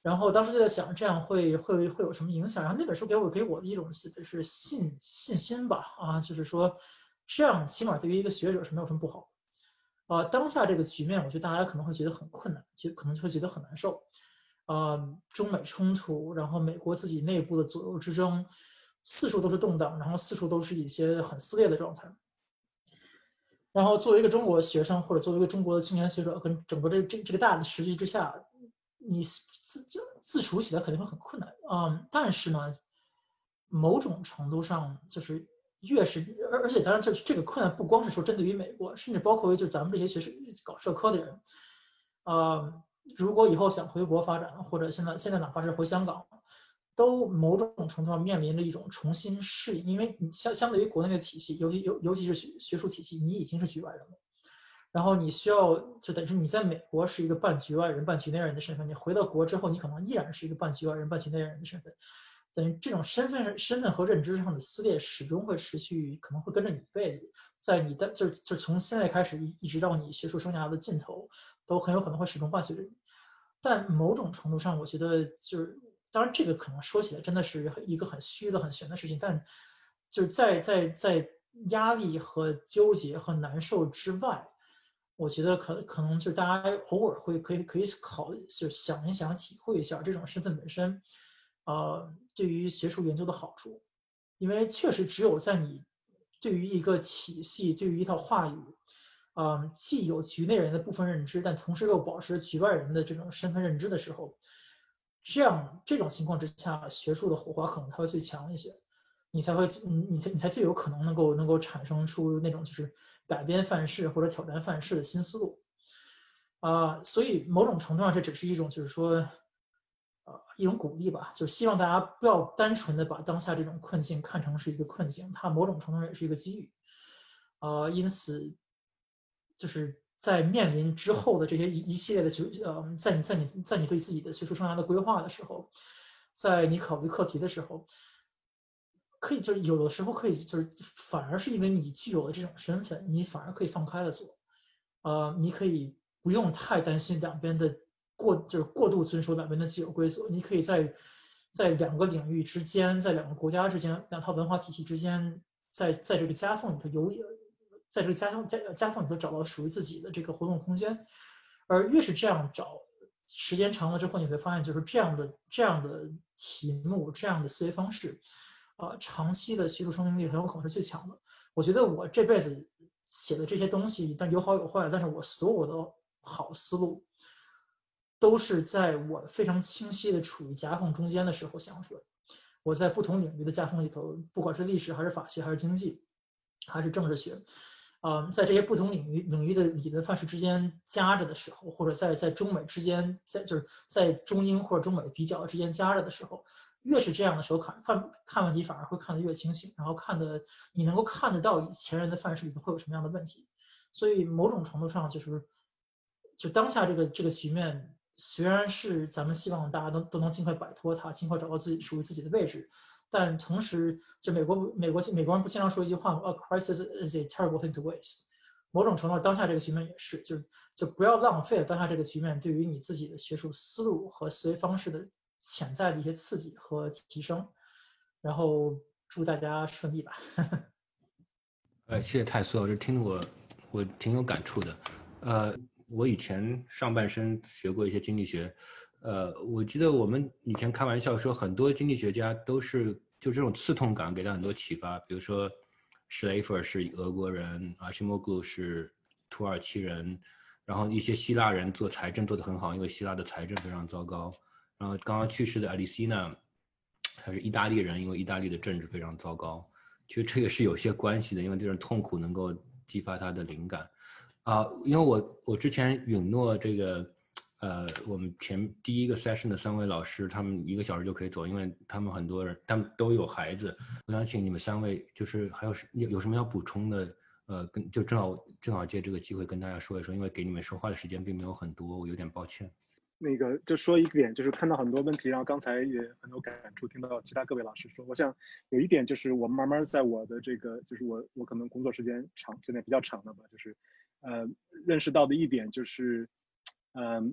然后当时就在想，这样会有什么影响？然后那本书给我的一种是信心吧，就是说这样起码对于一个学者是没有什么不好。当下这个局面，我觉得大家可能会觉得很困难，可能会觉得很难受。中美冲突，然后美国自己内部的左右之争，四处都是动荡，然后四处都是一些很撕裂的状态。然后作为一个中国学生，或者作为一个中国的青年学者，跟整个这个大的时局之下，你自处起来肯定会很困难。但是呢，某种程度上就是越是，而且当然这个困难不光是说针对于美国，甚至包括就咱们这些搞社科的人，如果以后想回国发展，或者现在哪怕是回香港，都某种程度上面临着一种重新适应，因为你相对于国内的体系，尤其是学术体系，你已经是局外人了。然后你需要就等于是你在美国是一个半局外人、半局内人的身份，你回到国之后，你可能依然是一个半局外人、半局内人的身份。等于这种身份和认知上的撕裂始终会持续，可能会跟着你一辈子，在你的就从现在开始一直到你学术生涯的尽头，都很有可能会始终伴随着你。但某种程度上，我觉得就是当然这个可能说起来真的是一个很虚的、很玄的事情，但就是在压力和纠结和难受之外，我觉得可能就是大家偶尔可以就想一想、体会一下这种身份本身，对于学术研究的好处，因为确实只有在你对于一个体系、对于一套话语，既有局内人的部分认知，但同时又保持局外人的这种身份认知的时候，这种情况之下，学术的火花可能它会最强一些，你才最有可能能够产生出那种就是改编范式或者挑战范式的新思路。所以某种程度上这只是一种就是说，一种鼓励吧，就是希望大家不要单纯的把当下这种困境看成是一个困境，它某种程度上也是一个机遇。因此，就是在面临之后的这些一系列的在你对自己的学术生涯的规划的时候，在你考虑课题的时候，可以就是有的时候可以就是反而是因为你具有了这种身份，你反而可以放开了做，你可以不用太担心两边的过度遵守两边的既有规则，你可以在两个领域之间，在两个国家之间，两套文化体系之间，在这个夹缝里头在这个夹缝里头找到属于自己的这个活动空间，而越是这样找，时间长了之后，你会发现就是这样的题目，这样的思维方式，长期的学术生命力很有可能是最强的。我觉得我这辈子写的这些东西，但有好有坏，但是我所有的好思路，都是在我非常清晰的处于夹缝中间的时候想出来。我在不同领域的夹缝里头，不管是历史还是法学还是经济，还是政治学，在这些不同领域的理论范式之间夹着的时候，或者在中美之间，就是在中英或者中美比较之间夹着的时候，越是这样的时候看问题反而会看得越清醒，然后你能够看得到以前人的范式里头会有什么样的问题。所以某种程度上就当下这个局面，虽然是咱们希望大家都能尽快摆脱它，尽快找到属于自己的位置，但同时就美国人不经常说一句话吗？ A crisis is a terrible thing to waste。某种程度当下这个局面也是，就不要浪费了当下这个局面对于你自己的学术思路和思维方式的潜在的一些刺激和提升。然后祝大家顺利吧。 谢谢泰苏，我这听得我挺有感触的。我以前上半生学过一些经济学，我记得我们以前开玩笑说，很多经济学家都是就这种刺痛感给他很多启发，比如说施雷弗是俄国人，阿西莫格鲁是土耳其人，然后一些希腊人做财政做得很好，因为希腊的财政非常糟糕。然后刚刚去世的阿里西娜，他是意大利人，因为意大利的政治非常糟糕。其实这个是有些关系的，因为这种痛苦能够激发他的灵感。因为我之前允诺这个，我们第一个 session 的3位老师，他们1个小时就可以走，因为他们很多人他们都有孩子。我想请你们3位，就是还有什么要补充的？就正好借这个机会跟大家说一说，因为给你们说话的时间并没有很多，我有点抱歉。 那个就说一点，就是看到很多问题，然后刚才也很有感触，听到其他各位老师说，我想有一点就是我慢慢在我的这个，就是我可能工作时间现在比较长了吧，就是认识到的一点就是，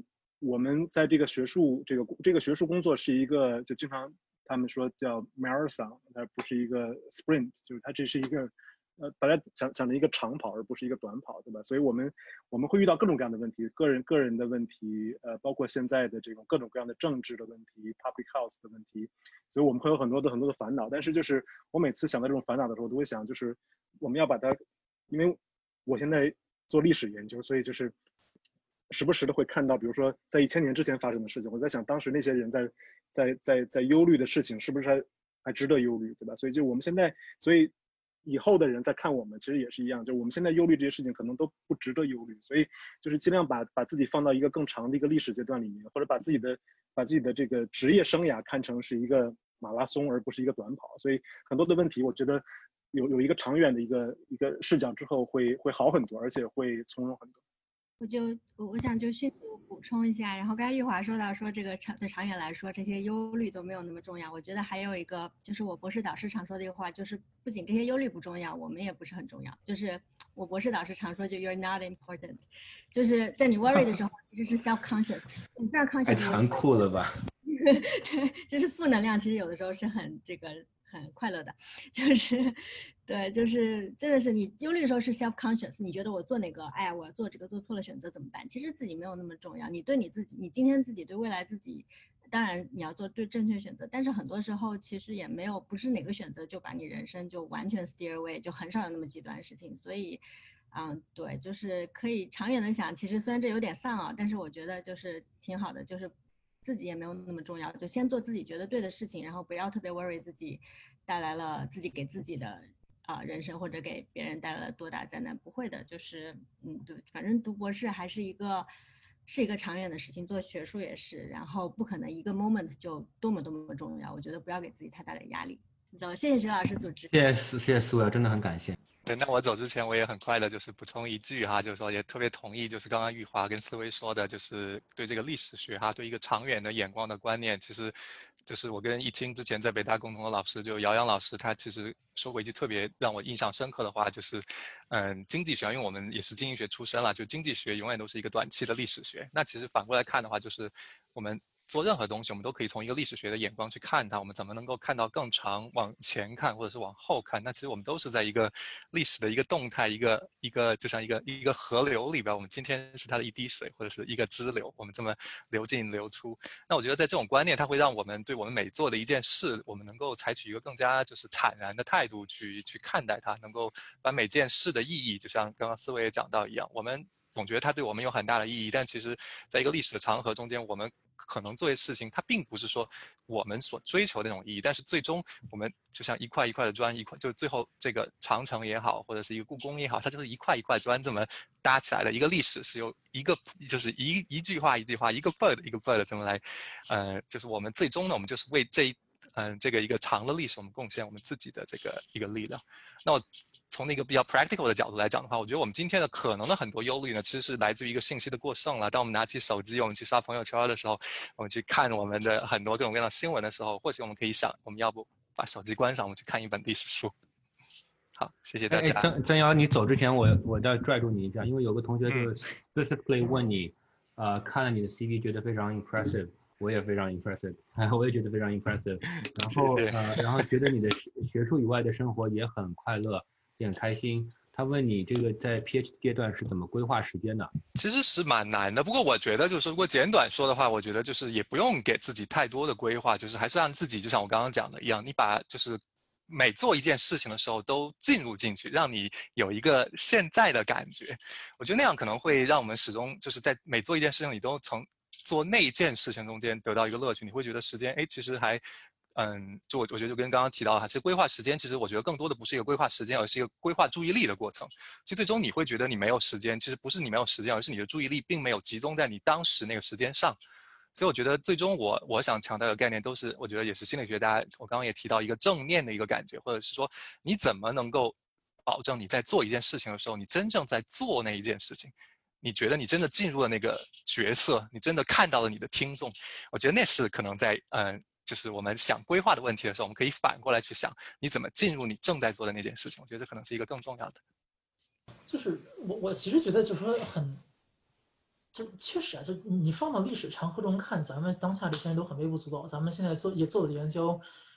我们在这个学术学术工作是一个，就经常他们说叫 marathon， 它不是一个 sprint， 就是它这是一个大家想的一个长跑，而不是一个短跑，对吧？所以我们会遇到各种各样的问题，个人的问题，包括现在的这种各种各样的政治的问题 ，public health 的问题，所以我们会有很多的烦恼。但是就是我每次想到这种烦恼的时候，我都会想，就是我们要把它，因为我现在做历史研究，所以就是时不时的会看到，比如说在1000年之前发生的事情，我在想当时那些人在忧虑的事情是不是还值得忧虑，对吧？所以就我们现在，所以以后的人在看我们，其实也是一样，就我们现在忧虑这些事情可能都不值得忧虑，所以就是尽量把自己放到一个更长的一个历史阶段里面，或者把自己的这个职业生涯看成是一个马拉松而不是一个短跑，所以很多的问题我觉得有一个长远的一个视角之后会好很多，而且会从容很多。 我想就迅速补充一下，然后刚才玉华说到说这个对长远来说这些忧虑都没有那么重要，我觉得还有一个就是我博士导师常说的一个话，就是不仅这些忧虑不重要，我们也不是很重要。就是我博士导师常说就 you're not important， 就是在你 worry 的时候其实是 self-conscious， 你非常 conscious， 太残酷了吧？ 对，就是负能量其实有的时候是很快乐的，就是对，就是真的是你忧虑的时候是 self-conscious， 你觉得我做哪个，哎呀，我要做这个做错了选择怎么办？其实自己没有那么重要，你对你自己，你今天自己对未来自己，当然你要做对正确选择，但是很多时候其实也没有不是哪个选择就把你人生就完全 steer away， 就很少有那么极端的事情，所以对，就是可以长远的想，其实虽然这有点丧啊，但是我觉得就是挺好的，就是自己也没有那么重要，就先做自己觉得对的事情，然后不要特别 worry 自己带来了自己给自己的人生或者给别人带来了多大灾难，不会的，就是对，反正读博士还是一个长远的事情，做学术也是，然后不可能一个 moment 就多么重要，我觉得不要给自己太大的压力。走，谢谢徐老师组织， 谢谢苏瑶，真的很感谢。 对，那我走之前我也很快的，就是补充一句哈，就是说也特别同意，就是刚刚玉华跟思维说的，就是对这个历史学哈，对一个长远的眼光的观念，其实就是我跟易清之前在北大共同的老师就姚洋老师，他其实说过一句特别让我印象深刻的话，就是经济学，因为我们也是经济学出身了，就经济学永远都是一个短期的历史学。那其实反过来看的话，就是我们做任何东西，我们都可以从一个历史学的眼光去看它，我们怎么能够看到更长，往前看或者是往后看。那其实我们都是在一个历史的一个动态，一个就像一个河流里边，我们今天是它的一滴水或者是一个支流，我们这么流进流出。那我觉得在这种观念，它会让我们对我们每做的一件事，我们能够采取一个更加就是坦然的态度去看待它，能够把每件事的意义，就像刚刚思维也讲到一样，我们总觉得它对我们有很大的意义，但其实在一个历史的长河中间，我们可能做些事情，它并不是说我们所追求的那种意义，但是最终我们就像一块一块的砖，就最后这个长城也好，或者是一个故宫也好，它就是一块一块砖这么搭起来的一个历史，是由一个就是一句话一句话，一个 bird 一个 bird 这么来，就是我们最终呢，我们就是为这个一个长的历史，我们贡献我们自己的这个一个力量。那我从那个比较 practical 的角度来讲的话，我觉得我们今天的可能的很多忧虑呢，其实是来自于一个信息的过剩了。当我们拿起手机，我们去刷朋友圈的时候，我们去看我们的很多各种各样的新闻的时候，或许我们可以想，我们要不把手机关上，我们去看一本历史书。好，谢谢大家。 曾瑶，你走之前我再拽住你一下，因为有个同学就 specifically 问你，看了你的 CV 觉得非常 impressive。我也非常 impressive， 我也觉得非常 impressive。然后觉得你的学术以外的生活也很快乐，也很开心。他问你这个在 PhD 阶段是怎么规划时间的？ 其实是蛮难的，不过我觉得就是如果简短说的话，我觉得就是也不用给自己太多的规划，就是还是让自己就像我刚刚讲的一样，你把就是每做一件事情的时候都进入进去，让你有一个现在的感觉。我觉得那样可能会让我们始终就是在每做一件事情你都从做那件事情中间得到一个乐趣，你会觉得时间其实还就我觉得就跟刚刚提到的，还是规划时间，其实我觉得更多的不是一个规划时间，而是一个规划注意力的过程。其实最终你会觉得你没有时间，其实不是你没有时间，而是你的注意力并没有集中在你当时那个时间上。所以我觉得最终我想强调的概念都是，我觉得也是心理学大家我刚刚也提到一个正念的一个感觉，或者是说你怎么能够保证你在做一件事情的时候，你真正在做那一件事情，你觉得你真的进入了那个角色，你真的看到了你的听众，我觉得那是可能在就是我们想规划的问题的时候，我们可以反过来去想，你怎么进入你正在做的那件事情。我觉得这可能是一个更重要的。 就是我其实觉得就是说就确实啊，就你放到历史长河中看，咱们当下这些人都很微不足道。咱们现在做的研究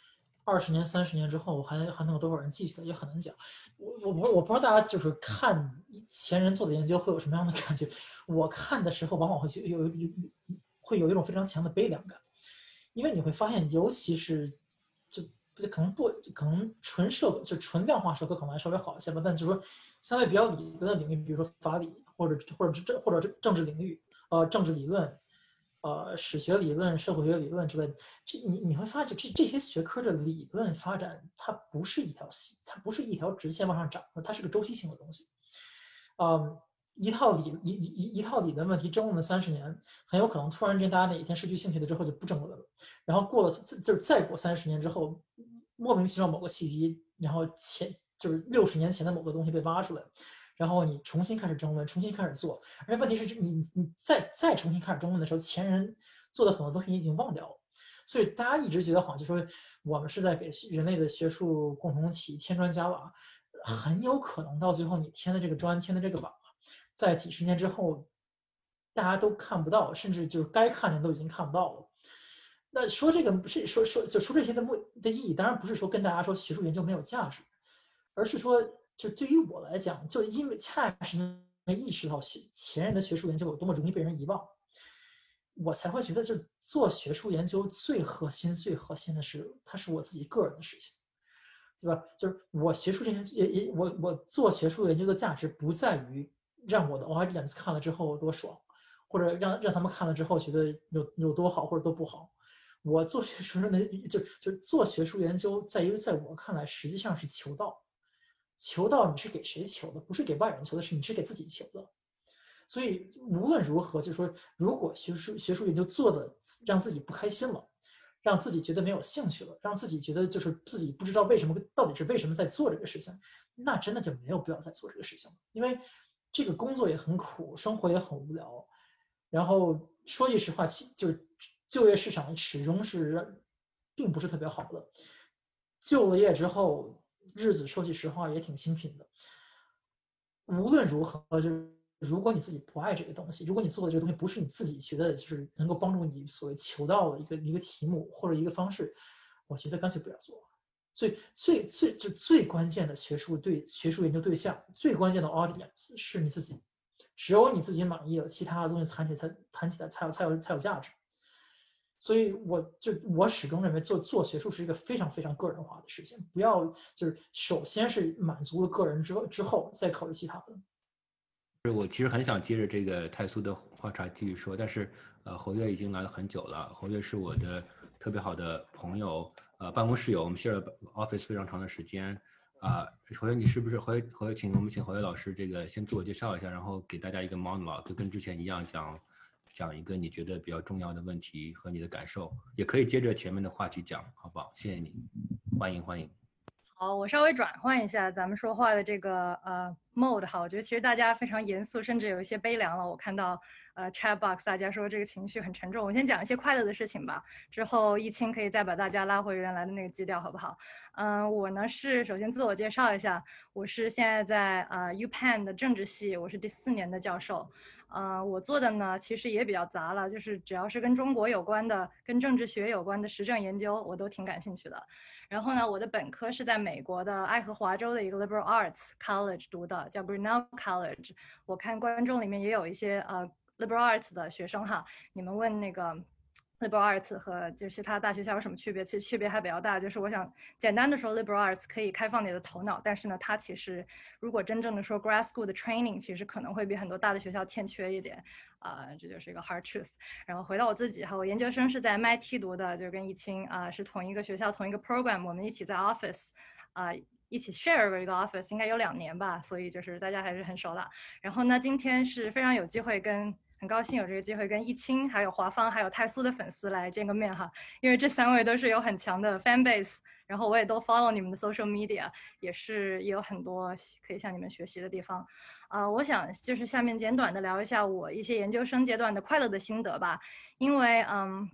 ，20年、30年之后还能有多少人记起来，也很难讲。我不知道大家就是看前人做的研究会有什么样的感觉。我看的时候往往会有一种非常强的悲凉感，因为你会发现，尤其是就可能纯量化社科可能还稍微好一些吧，但就是说相对比较理论的领域，比如说法理或者政治领域，政治理论，史学理论、社会学理论之类的，你会发现这些学科的理论发展，它不是一条直线往上涨的，它是个周期性的东西。一套理论问题争论了30年，很有可能突然间大家哪一天失去兴趣了之后就不争论了，然后再过30年之后，莫名其妙某个契机，然后就是60年前的某个东西被挖出来，然后你重新开始争论，重新开始做，而且问题是你再重新开始争论的时候，前人做的很多东西你已经忘掉了，所以大家一直觉得好像就说我们是在给人类的学术共同体添砖加瓦，很有可能到最后你添的这个砖添的这个瓦，在几十年之后，大家都看不到，甚至就是该看的都已经看不到了。那说这个不是说这些的意义，当然不是说跟大家说学术研究没有价值，而是说就对于我来讲，就因为恰是意识到前人的学术研究有多么容易被人遗忘，我才会觉得就做学术研究最核心的是，它是我自己个人的事情。对吧？就是我学术研究我做学术研究的价值不在于让我的 audience 看了之后有多爽，或者让他们看了之后觉得有多好或者多不好。我做学术就是做学术研究，在我看来实际上是求道。求道你是给谁求的？不是给外人求的，是你是给自己求的。所以无论如何，就是说，如果学术研究做的让自己不开心了，让自己觉得没有兴趣了，让自己觉得就是自己不知道到底是为什么在做这个事情，那真的就没有必要再做这个事情了。因为这个工作也很苦，生活也很无聊。然后说句实话，就是就业市场始终是并不是特别好的。就了业之后，日子说句实话也挺清贫的。无论如何，就是如果你自己不爱这个东西，如果你做的这个东西不是你自己觉得就是能够帮助你所谓求到的一个题目或者一个方式，我觉得干脆不要做。所以最关键的学术研究对象，最关键的 audience 是你自己，只有你自己满意了，其他的东西谈起来才有价值。所以我始终认为做学术是一个非常非常个人化的事情，不要就是首先是满足了个人之后再考虑其他的。 我其实很想接着这个泰苏的话茬继续说，但是侯月已经来了很久了。侯月是我的特别好的朋友，办公室友，我们 share 了 office 非常长的时间。侯月，你是不是侯月？请侯月老师这个先自我介绍一下，然后给大家一个 monologue，就跟之前一样讲一个你觉得比较重要的问题和你的感受，也可以接着前面的话题讲，好不好？谢谢你，欢迎。 好，我稍微转换一下咱们说话的这个mode 哈，我觉得其实大家非常严肃，甚至有一些悲凉了。我看到chat box 大家说这个情绪很沉重，我先讲一些快乐的事情吧，之后一清可以再把大家拉回原来的那个基调，好不好？我呢是首先自我介绍一下，我是现在在UPenn 的政治系，我是第4年的教授。我做的呢其实也比较杂了，就是只要是跟中国有关的、跟政治学有关的实证研究，我都挺感兴趣的。然后呢，我的本科是在美国的爱荷华州的一个 Liberal Arts College 读的，叫 Grinnell College。我看观众里面也有一些Liberal Arts 的学生哈，你们问那个 Liberal Arts 和就是它大学校有什么区别？其实区别还比较大。就是我想简单的说 ，Liberal Arts 可以开放你的头脑，但是呢，它其实如果真正的说 grad school 的 training， 其实可能会比很多大的学校欠缺一点。这就是一个 hard truth。然后回到我自己哈，我研究生是在 MIT 读的，就跟一清是同一个学校同一个 program， 我们一起在 office 一起 share 过一个 office， 应该有2年吧，所以就是大家还是很熟了。然后呢，今天是非常有机会很高兴有这个机会跟一清还有华芳还有泰苏的粉丝来见个面哈，因为这3位都是有很强的 fan base， 然后我也都 follow 你们的 social media， 也有很多可以向你们学习的地方。我想就是下面简短的聊一下我一些研究生阶段的快乐的心得吧，因为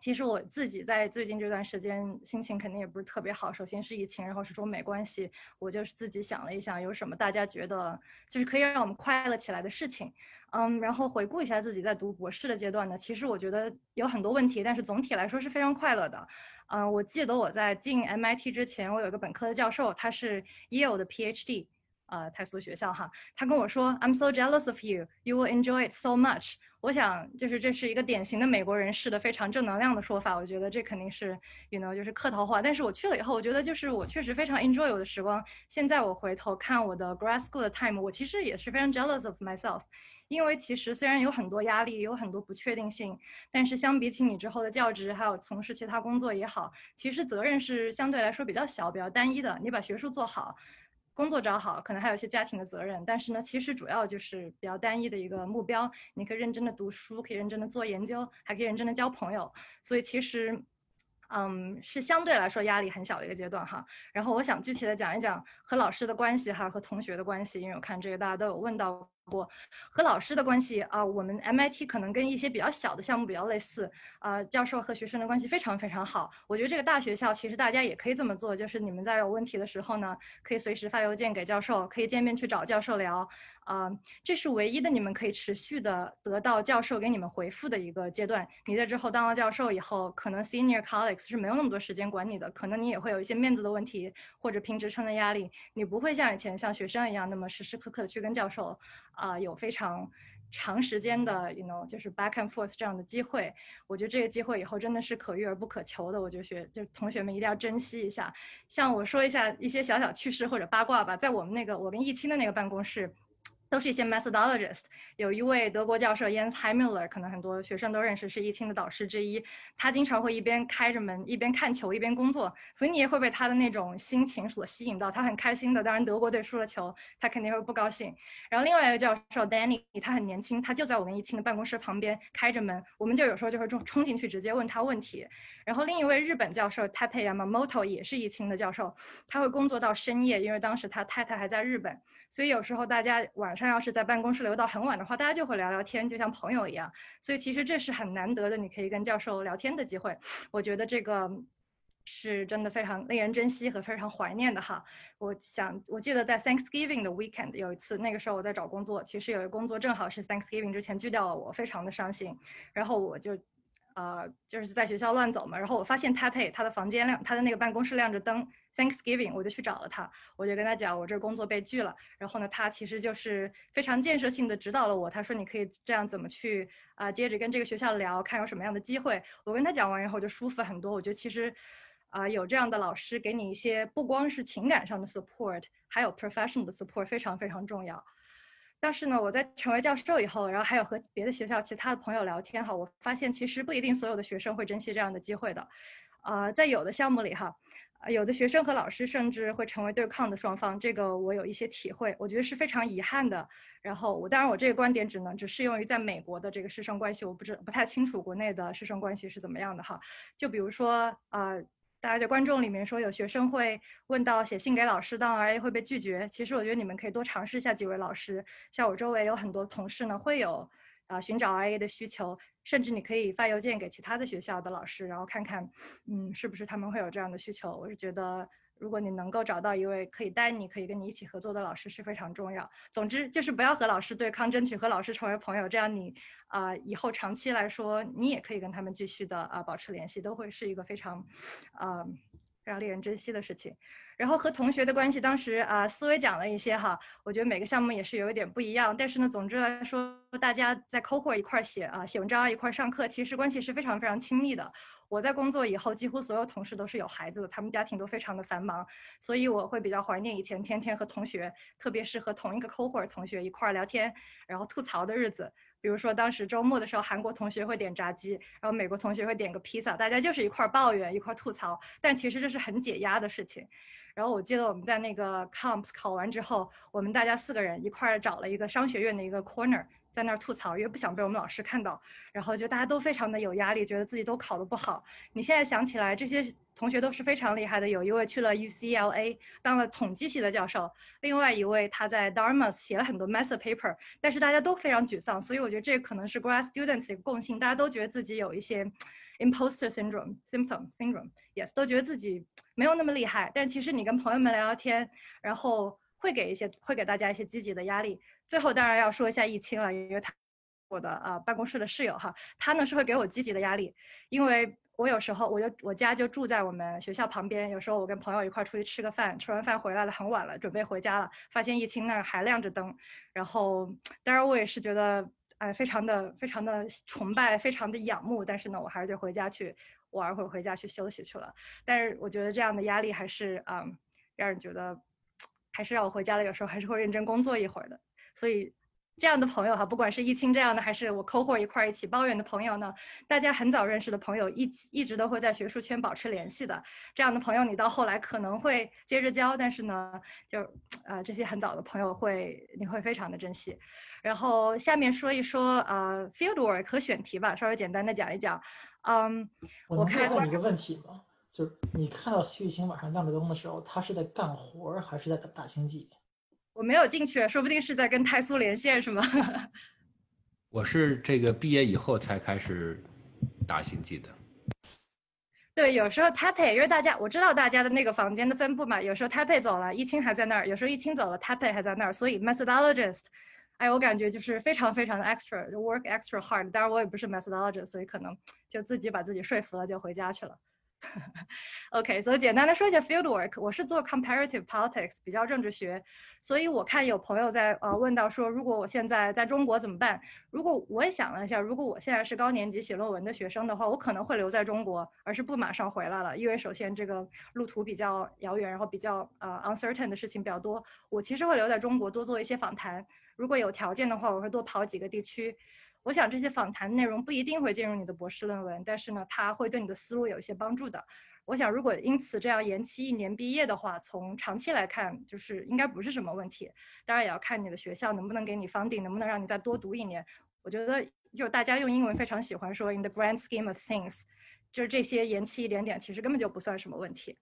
其实我自己在最近这段时间心情肯定也不是特别好，首先是疫情，然后是中美关系，我就是自己想了一想有什么大家觉得就是可以让我们快乐起来的事情。然后回顾一下自己在读博士的阶段呢，其实我觉得有很多问题，但是总体来说是非常快乐的。我记得我在进 MIT 之前，我有一个本科的教授，他是 Yale 的 PhD，泰苏学校哈，他跟我说 I'm so jealous of you, you will enjoy it so much。我想就是这是一个典型的美国人士的非常正能量的说法，我觉得这肯定是 就是客套话。但是我去了以后，我觉得就是我确实非常 enjoy 我的时光。现在我回头看我的 grad school 的 time， 我其实也是非常 jealous of myself。因为其实虽然有很多压力，有很多不确定性，但是相比起你之后的教职，还有从事其他工作也好，其实责任是相对来说比较小、比较单一的。你把学术做好，工作找好，可能还有一些家庭的责任，但是呢，其实主要就是比较单一的一个目标。你可以认真的读书，可以认真的做研究，还可以认真的交朋友。所以其实是相对来说压力很小的一个阶段哈。然后我想具体的讲一讲和老师的关系哈，和同学的关系，因为我看这个大家都有问到过。和老师的关系我们 MIT 可能跟一些比较小的项目比较类似，教授和学生的关系非常非常好。我觉得这个大学校其实大家也可以这么做，就是你们在有问题的时候呢，可以随时发邮件给教授，可以见面去找教授聊。这是唯一的你们可以持续的得到教授给你们回复的一个阶段。你在之后当了教授以后，可能 senior colleagues 是没有那么多时间管你的，可能你也会有一些面子的问题或者评职称的压力，你不会像以前像学生一样那么时时刻刻的去跟教授有非常长时间的就是 back and forth 这样的机会。我觉得这个机会以后真的是可遇而不可求的，我觉得就同学们一定要珍惜一下。像我说一下一些小小趣事或者八卦吧，在我们那个我跟易清的那个办公室，都是一些 methodologist， 有一位德国教授 Jens Heimler， 可能很多学生都认识，是易清的导师之一。他经常会一边开着门一边看球一边工作，所以你也会被他的那种心情所吸引到，他很开心的。当然德国队输了球，他肯定会不高兴。然后另外一个教授 Danny， 他很年轻，他就在我跟易清的办公室旁边开着门，我们就有时候就会冲进去直接问他问题。然后另一位日本教授 Teppei Yamamoto 也是易清的教授，他会工作到深夜，因为当时他太太还在日本，所以有时候大家晚上要是在办公室留到很晚的话，大家就会聊聊天，就像朋友一样。所以其实这是很难得的，你可以跟教授聊天的机会。我觉得这个是真的非常令人珍惜和非常怀念的哈。我记得在 Thanksgiving 的 weekend 有一次，那个时候我在找工作，其实有一个工作正好是 Thanksgiving 之前拒掉了我，非常的伤心。然后我就是在学校乱走嘛，然后我发现他的房间他的那个办公室亮着灯 Thanksgiving， 我就去找了他，我就跟他讲我这工作被拒了。然后呢，他其实就是非常建设性的指导了我，他说你可以这样怎么去接着跟这个学校聊，看有什么样的机会。我跟他讲完以后就舒服很多。我觉得其实有这样的老师给你一些不光是情感上的 support， 还有 professional 的 support， 非常非常重要。但是呢，我在成为教授以后，然后还有和别的学校其他的朋友聊天哈，我发现其实不一定所有的学生会珍惜这样的机会的。在有的项目里哈，有的学生和老师甚至会成为对抗的双方，这个我有一些体会，我觉得是非常遗憾的。然后当然我这个观点只适用于在美国的这个师生关系，我不太清楚国内的师生关系是怎么样的哈。就比如说大家在观众里面说有学生会问到写信给老师当 RA 会被拒绝，其实我觉得你们可以多尝试一下几位老师。像我周围有很多同事呢会有寻找 RA 的需求，甚至你可以发邮件给其他的学校的老师，然后看看是不是他们会有这样的需求。我是觉得如果你能够找到一位可以带你可以跟你一起合作的老师是非常重要。总之就是不要和老师对抗，争取和老师成为朋友，这样你以后长期来说你也可以跟他们继续的保持联系，都会是一个非常令人珍惜的事情。然后和同学的关系，当时思维讲了一些哈，我觉得每个项目也是有一点不一样，但是呢，总之来说，大家在 cohort 一块写文章一块上课，其实关系是非常非常亲密的。我在工作以后，几乎所有同事都是有孩子的，他们家庭都非常的繁忙，所以我会比较怀念以前天天和同学，特别是和同一个 cohort 同学一块聊天，然后吐槽的日子。比如说当时周末的时候，韩国同学会点炸鸡，然后美国同学会点个披萨，大家就是一块抱怨一块吐槽，但其实这是很解压的事情。然后我记得我们在那个 comps 考完之后，我们大家4个人一块找了一个商学院的一个 corner， 在那儿吐槽，因为不想被我们老师看到。然后就大家都非常的有压力，觉得自己都考得不好。你现在想起来，这些同学都是非常厉害的，有一位去了 UCLA 当了统计系的教授，另外一位他在 Dartmouth 写了很多 master paper， 但是大家都非常沮丧。所以我觉得这可能是 grad students 的一个共性，大家都觉得自己有一些 imposter syndrome，yes， 都觉得自己没有那么厉害。但其实你跟朋友们聊聊天，然后会给大家一些积极的压力。最后当然要说一下易清了，因为他我的办公室的室友哈，他呢是会给我积极的压力，因为我有时候我家就住在我们学校旁边，有时候我跟朋友一块出去吃个饭，吃完饭回来了很晚了，准备回家了，发现易清那儿还亮着灯，然后当然我也是觉得非常的崇拜，非常的仰慕，但是呢我还是得回家去玩会儿，回家去休息去了。但是我觉得这样的压力还是让人觉得还是让我回家了，有时候还是会认真工作一会儿的。所以这样的朋友哈，不管是易清这样的，还是我cohort一块一起抱怨的朋友呢，大家很早认识的朋友，一直都会在学术圈保持联系的。这样的朋友，你到后来可能会接着交，但是呢，就这些很早的朋友你会非常的珍惜。然后下面说一说fieldwork 和选题吧，稍微简单的讲一讲。 我能再问一个问题吗？就是你看到徐易清晚上亮着灯的时候，他是在干活还是在打星际？ 我没有进去，说不定是在跟太苏连线，是吗？ 我是这个毕业以后才开始打星际的。 对，有时候Taipei，因为我知道大家的那个房间的分布嘛，有时候Taipei走了，易清还在那儿；有时候易清走了，Taipei还在那儿。所以 methodologist， 我感觉就是非常非常的 work extra hard。当然我也不是 methodologist， 所以可能就自己把自己说服了，就回家去了。OK， 所以简单的说一下 fieldwork， 我是做 comparative politics， 比较政治学，所以我看有朋友在问到说，如果我现在在中国怎么办？如果我也想了一下，如果我现在是高年级写论文的学生的话，我可能会留在中国，而是不马上回来了，因为首先这个路途比较遥远，然后比较uncertain 的事情比较多。我其实会留在中国多做一些访谈，如果有条件的话，我会多跑几个地区。我想这些访谈内容不一定会进入你的博士论文，但是呢，它会对你的思路有一些帮助的。我想如果因此这样延期1年毕业的话，从长期来看，就是应该不是什么问题。当然也要看你的学校能不能给你 funding， 能不能让你再多读1年。我觉得就大家用英文非常喜欢说 in the grand scheme of things， 就是这些延期一点点，其实根本就不算什么问题。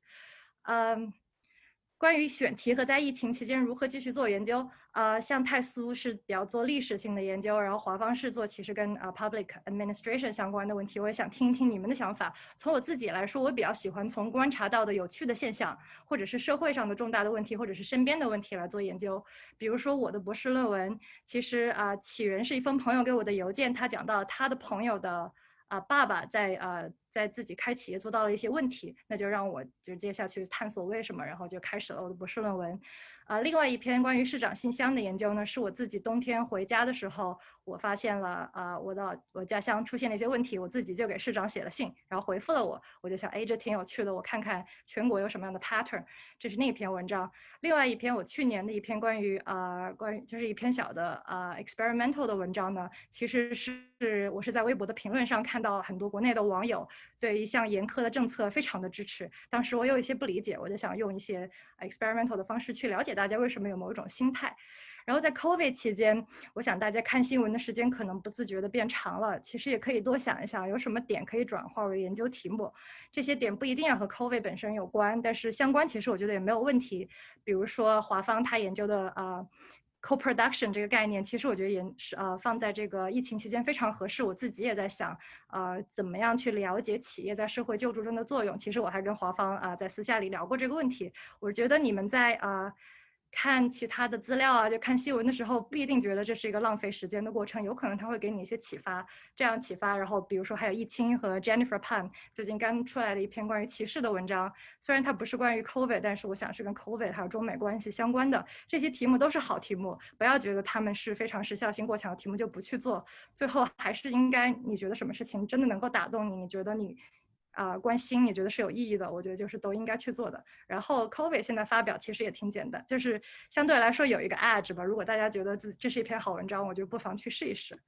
关于选题和在疫情期间如何继续做研究，像太苏是比较做历史性的研究，然后华方是做其实跟public administration 相关的问题。我也想听一听你们的想法。从我自己来说，我比较喜欢从观察到的有趣的现象，或者是社会上的重大的问题，或者是身边的问题来做研究。比如说我的博士论文，其实起源是一封朋友给我的邮件，他讲到他的朋友的爸爸在自己开企业做到了一些问题，那就让我就接下去探索为什么，然后就开始了我的博士论文。另外一篇关于市长信箱的研究呢，是我自己冬天回家的时候，我发现了我家乡出现了一些问题，我自己就给市长写了信，然后回复了我就想这挺有趣的，我看看全国有什么样的 pattern， 这是那篇文章。另外一篇我去年的一篇关于就是一篇小的experimental 的文章呢，其实是我是在微博的评论上看到很多国内的网友对一项严苛的政策非常的支持，当时我有一些不理解，我就想用一些 experimental 的方式去了解大家为什么有某一种心态。然后在 COVID 期间，我想大家看新闻的时间可能不自觉的变长了，其实也可以多想一想有什么点可以转化为研究题目。这些点不一定要和 COVID 本身有关，但是相关其实我觉得也没有问题。比如说华方他研究的co-production 这个概念，其实我觉得放在这个疫情期间非常合适。我自己也在想怎么样去了解企业在社会救助中的作用。其实我还跟华方在私下里聊过这个问题。我觉得你们在看其他的资料就看新闻的时候，不一定觉得这是一个浪费时间的过程，有可能它会给你一些启发。这样启发，然后比如说还有易清和 Jennifer Pan 最近刚出来的一篇关于歧视的文章，虽然它不是关于 COVID， 但是我想是跟 COVID 还有中美关系相关的。这些题目都是好题目，不要觉得他们是非常时效性过强的题目就不去做。最后还是应该你觉得什么事情真的能够打动你，你觉得你关心，你觉得是有意义的，我觉得就是都应该去做的。然后 COVID 现在发表其实也挺简单，就是相对来说有一个 edge 吧。如果大家觉得这是一篇好文章，我就不妨去试一试。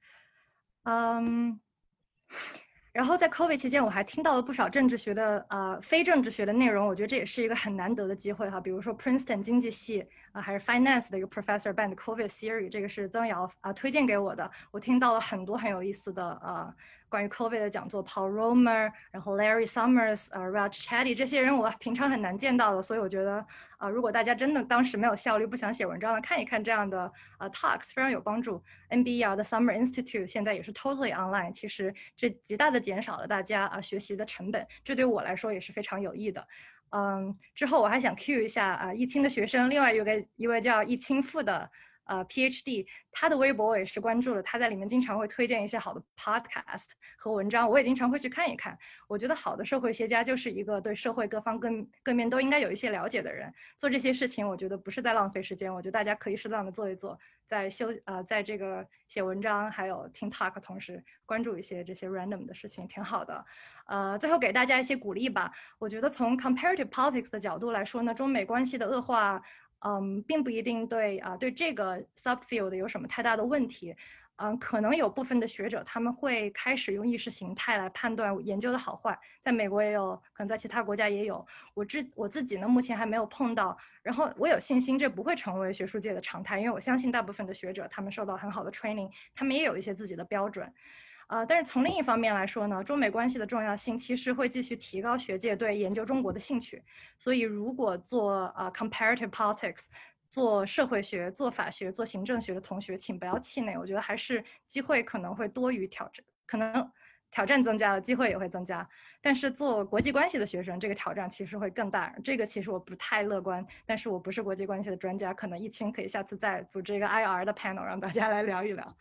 然后在 COVID 期间，我还听到了不少政治学的非政治学的内容，我觉得这也是一个很难得的机会哈。比如说 Princeton 经济系还是 Finance 的一个 Professor Ban 的 COVID Theory， 这个是曾瑶推荐给我的。我听到了很多很有意思的关于 COVID 的讲座 ，Paul Romer， 然后 Larry Summers，Raj Chetty 这些人我平常很难见到的，所以我觉得如果大家真的当时没有效率不想写文章了，看一看这样的talks 非常有帮助。NBER 的 Summer Institute 现在也是 totally online， 其实这极大的减少了大家学习的成本，这对我来说也是非常有益的。之后我还想 cue 一下易清的学生，另外一位叫易清富的PhD， 他的微博我也是关注了，他在里面经常会推荐一些好的 podcast 和文章，我也经常会去看一看。我觉得好的社会学家就是一个对社会各方各面都应该有一些了解的人，做这些事情我觉得不是在浪费时间，我觉得大家可以适当的做一做，在这个写文章还有听 talk 同时关注一些这些 random 的事情挺好的。最后给大家一些鼓励吧，我觉得从 comparative politics 的角度来说呢，中美关系的恶化并不一定对这个 subfield 有什么太大的问题。可能有部分的学者他们会开始用意识形态来判断研究的好坏，在美国也有，可能在其他国家也有。我自己呢目前还没有碰到，然后我有信心这不会成为学术界的常态，因为我相信大部分的学者他们受到很好的 training， 他们也有一些自己的标准。但是从另一方面来说呢，中美关系的重要性其实会继续提高学界对研究中国的兴趣。所以如果做comparative politics， 做社会学、做法学、做行政学的同学，请不要气馁。我觉得还是机会可能会多于挑战，可能挑战增加了，机会也会增加。但是做国际关系的学生，这个挑战其实会更大。这个其实我不太乐观，但是我不是国际关系的专家，可能易清可以下次再组织一个 IR 的 panel， 让大家来聊一聊。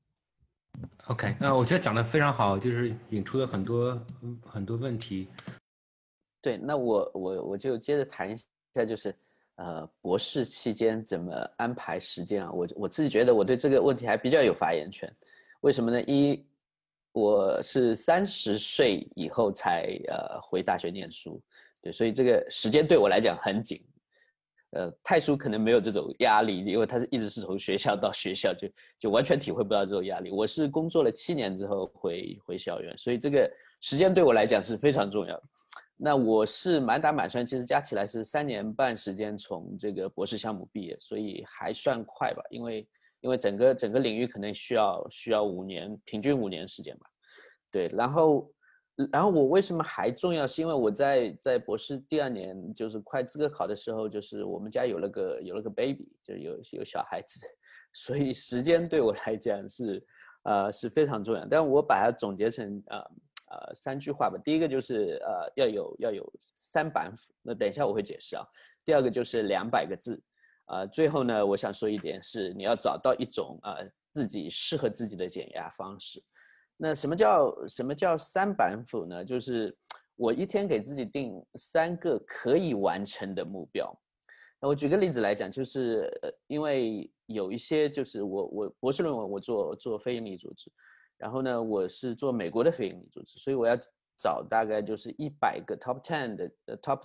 OK， 我觉得讲得非常好，就是引出了很多问题。 对，那我就接着谈一下，就是博士期间怎么安排时间啊？我自己觉得我对这个问题还比较有发言权。为什么呢？我是30岁以后才回大学念书，对，所以这个时间对我来讲很紧。泰叔可能没有这种压力，因为他一直是从学校到学校，就完全体会不到这种压力。我是工作了7年之后回校园，所以这个时间对我来讲是非常重要的。那我是满打满算，其实加起来是3年半时间从这个博士项目毕业，所以还算快吧。因为整个领域可能需要5年，平均5年时间吧。对，然后我为什么还重要？是因为我在博士第2年，就是快资格考的时候，就是我们家有了个 baby， 就有小孩子，所以时间对我来讲是非常重要。但我把它总结成3句话吧。第一个就是要有3板斧，那等一下我会解释啊。第二个就是200个字，最后呢，我想说一点是你要找到一种自己适合自己的减压方式。那什么叫3板斧呢？就是我一天给自己定3个可以完成的目标。那我举个例子来讲，就是因为有一些就是我博士论文我做非营利组织，然后呢我是做美国的非营利组织，所以我要找大概就是100个 top 10的top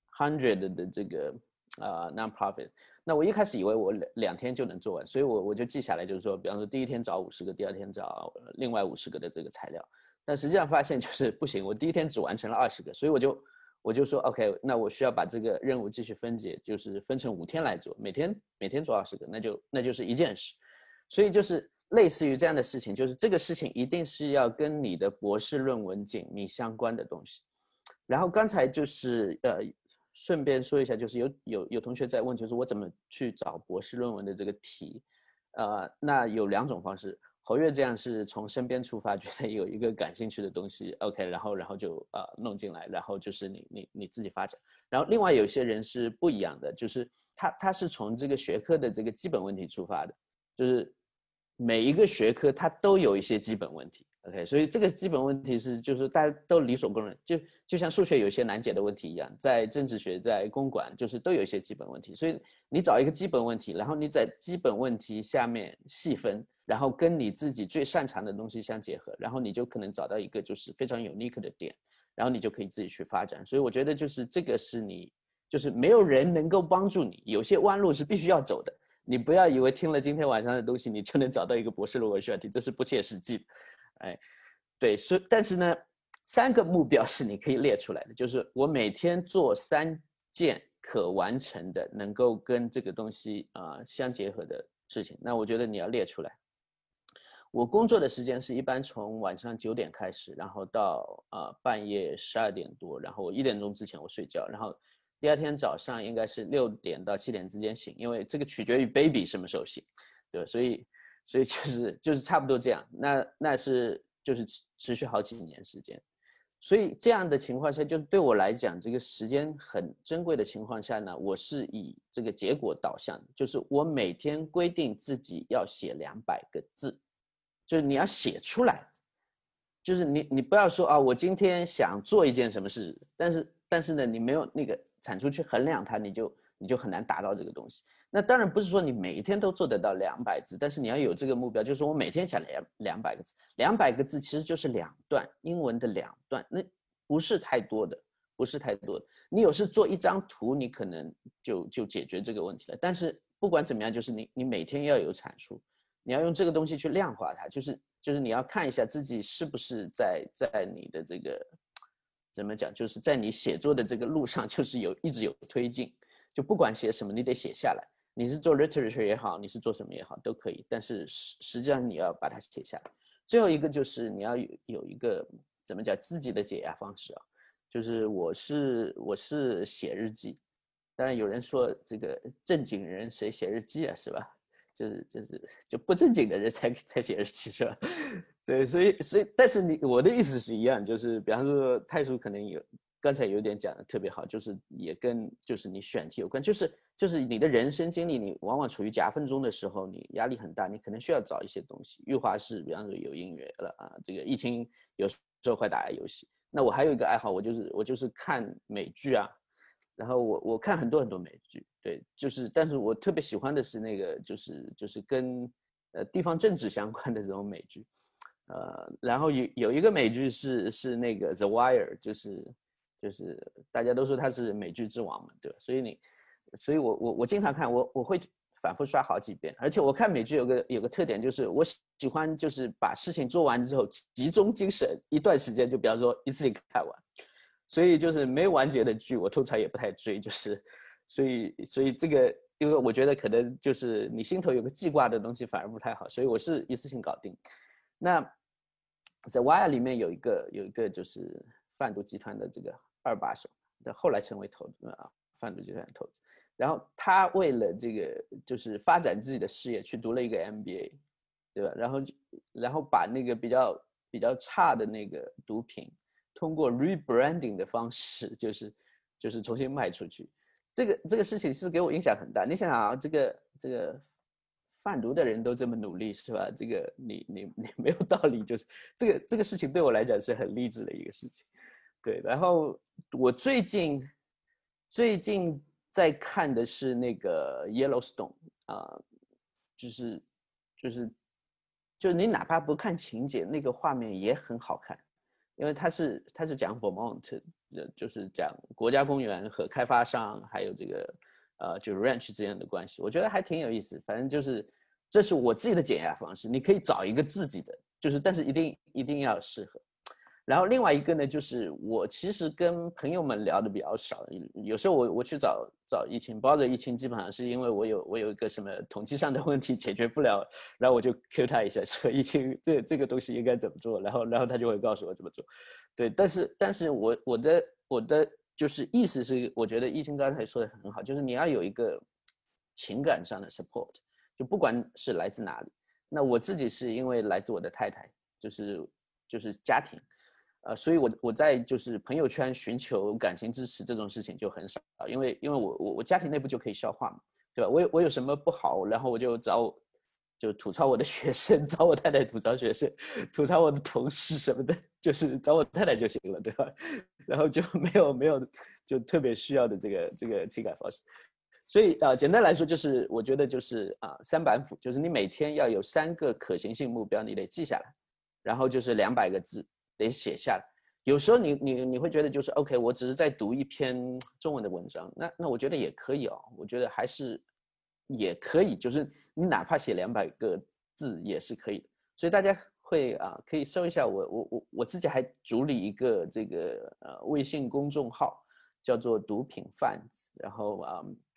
100的这个non-profit。那我一开始以为我2天就能做完，所以我就记下来，就是说，比方说第1天找50个，第2天找另外50个的这个材料。但实际上发现就是不行，我第1天只完成了20个，所以我就说 OK， 那我需要把这个任务继续分解，就是分成5天来做，每天做20个，那就是一件事。所以就是类似于这样的事情，就是这个事情一定是要跟你的博士论文紧密相关的东西。然后刚才就是顺便说一下，就是有同学在问，就是我怎么去找博士论文的这个题，那有2种方式。侯月这样是从身边出发，觉得有一个感兴趣的东西 ，OK， 然后就弄进来，然后就是你自己发展。然后另外有些人是不一样的，就是他是从这个学科的这个基本问题出发的，就是每一个学科它都有一些基本问题。OK， 所以这个基本问题就是大家都理所公认，就像数学有一些难解的问题一样，在政治学、在公管，就是都有一些基本问题。所以你找一个基本问题，然后你在基本问题下面细分，然后跟你自己最擅长的东西相结合，然后你就可能找到一个就是非常 unique 的点，然后你就可以自己去发展。所以我觉得就是这个是你就是没有人能够帮助你，有些弯路是必须要走的。你不要以为听了今天晚上的东西，你就能找到一个博士论文选题，这是不切实际的。哎，对，但是呢，3个目标是你可以列出来的，就是我每天做3件可完成的，能够跟这个东西相结合的事情。那我觉得你要列出来。 我工作的时间是一般从晚上9点开始，然后到半夜12点多，然后1点钟之前我睡觉，然后第二天早上应该是6点到7点之间醒，因为这个取决于 baby 什么时候醒，对吧？所以就是差不多这样，那是就是持续好几年时间。所以这样的情况下，就对我来讲，这个时间很珍贵的情况下呢，我是以这个结果导向，就是我每天规定自己要写200个字，就是你要写出来，就是你不要说啊，我今天想做一件什么事，但是呢，你没有那个产出去衡量它，你就很难达到这个东西。那当然不是说你每一天都做得到200字，但是你要有这个目标，就是说我每天想200个字，200个字其实就是2段英文的2段，那不是太多的，不是太多的。你有时做一张图，你可能就解决这个问题了。但是不管怎么样，就是你每天要有产出，你要用这个东西去量化它，就是你要看一下自己是不是在你的这个怎么讲，就是在你写作的这个路上，就是一直有推进。就不管写什么，你得写下来。你是做 literature 也好，你是做什么也好，都可以。但是实际上你要把它写下来。最后一个就是你要有一个怎么讲自己的解压方式啊，就是我是写日记。当然有人说这个正经人谁写日记啊，是吧？就不正经的人才写日记是吧？对，所以但是我的意思是一样，就是比方说太叔可能刚才有点讲的特别好，就是也跟就是你选题有关，就是你的人生经历，你往往处于夹缝中的时候，你压力很大，你可能需要找一些东西。玉华是比方说有音乐了啊，这个疫情有时候会打游戏。那我还有一个爱好，我就是看美剧啊，然后我看很多美剧，对，但是我特别喜欢的是那个就是跟地方政治相关的这种美剧，然后有一个美剧是那个 The Wire， 就是大家都说它是美剧之王嘛，对吧？所以我经常看，我会反复刷好几遍，而且我看美剧有个特点，就是我喜欢就是把事情做完之后集中精神一段时间，就比方说一次性看完，所以就是没完结的剧我通常也不太追，就是所以这个因为我觉得可能就是你心头有个记挂的东西反而不太好，所以我是一次性搞定。那在 Wire 里面有一个就是贩毒集团的这个2把手，后来成为贩毒集团的头子，然后他为了这个就是发展自己的事业去读了一个 MBA， 对吧？然后把那个比较差的那个毒品通过 rebranding 的方式就是重新卖出去。这个事情是给我影响很大。你想想啊，这个贩毒的人都这么努力，是吧？这个你没有道理，就是这个事情对我来讲是很励志的一个事情。对，然后我最近在看的是那个 Yellowstone 就是你哪怕不看情节，那个画面也很好看，因为它是讲 Vermont， 就是讲国家公园和开发商还有这个就 ranch 之间的关系，我觉得还挺有意思。反正就是这是我自己的减压方式，你可以找一个自己的，但是一定要适合。然后另外一个呢，就是我其实跟朋友们聊的比较少，有时候我去找疫情，包着疫情基本上是因为我有一个什么统计上的问题解决不了，然后我就 Q 他一下，说疫情这个东西应该怎么做，然后他就会告诉我怎么做。对，但是我的就是意思是，我觉得疫情刚才说的很好，就是你要有一个情感上的 support， 就不管是来自哪里。那我自己是因为来自我的太太，就是家庭。所以我在就是朋友圈寻求感情支持这种事情就很少，因为我家庭内部就可以消化嘛，对吧？我有什么不好，然后我就吐槽我的学生，找我太太吐槽学生，吐槽我的同事什么的，就是找我太太就行了，对吧？然后就没有就特别需要的这个情感方式。所以简单来说就是我觉得就是3板斧，就是你每天要有3个可行性目标，你得记下来，然后就是200个字。得写下来。有时候你会觉得就是 OK， 我只是在读一篇中文的文章，那我觉得也可以哦，我觉得还是也可以，就是你哪怕写200个字也是可以的。所以大家会可以搜一下我自己还主理一个这个微信公众号，叫做毒品贩子，然后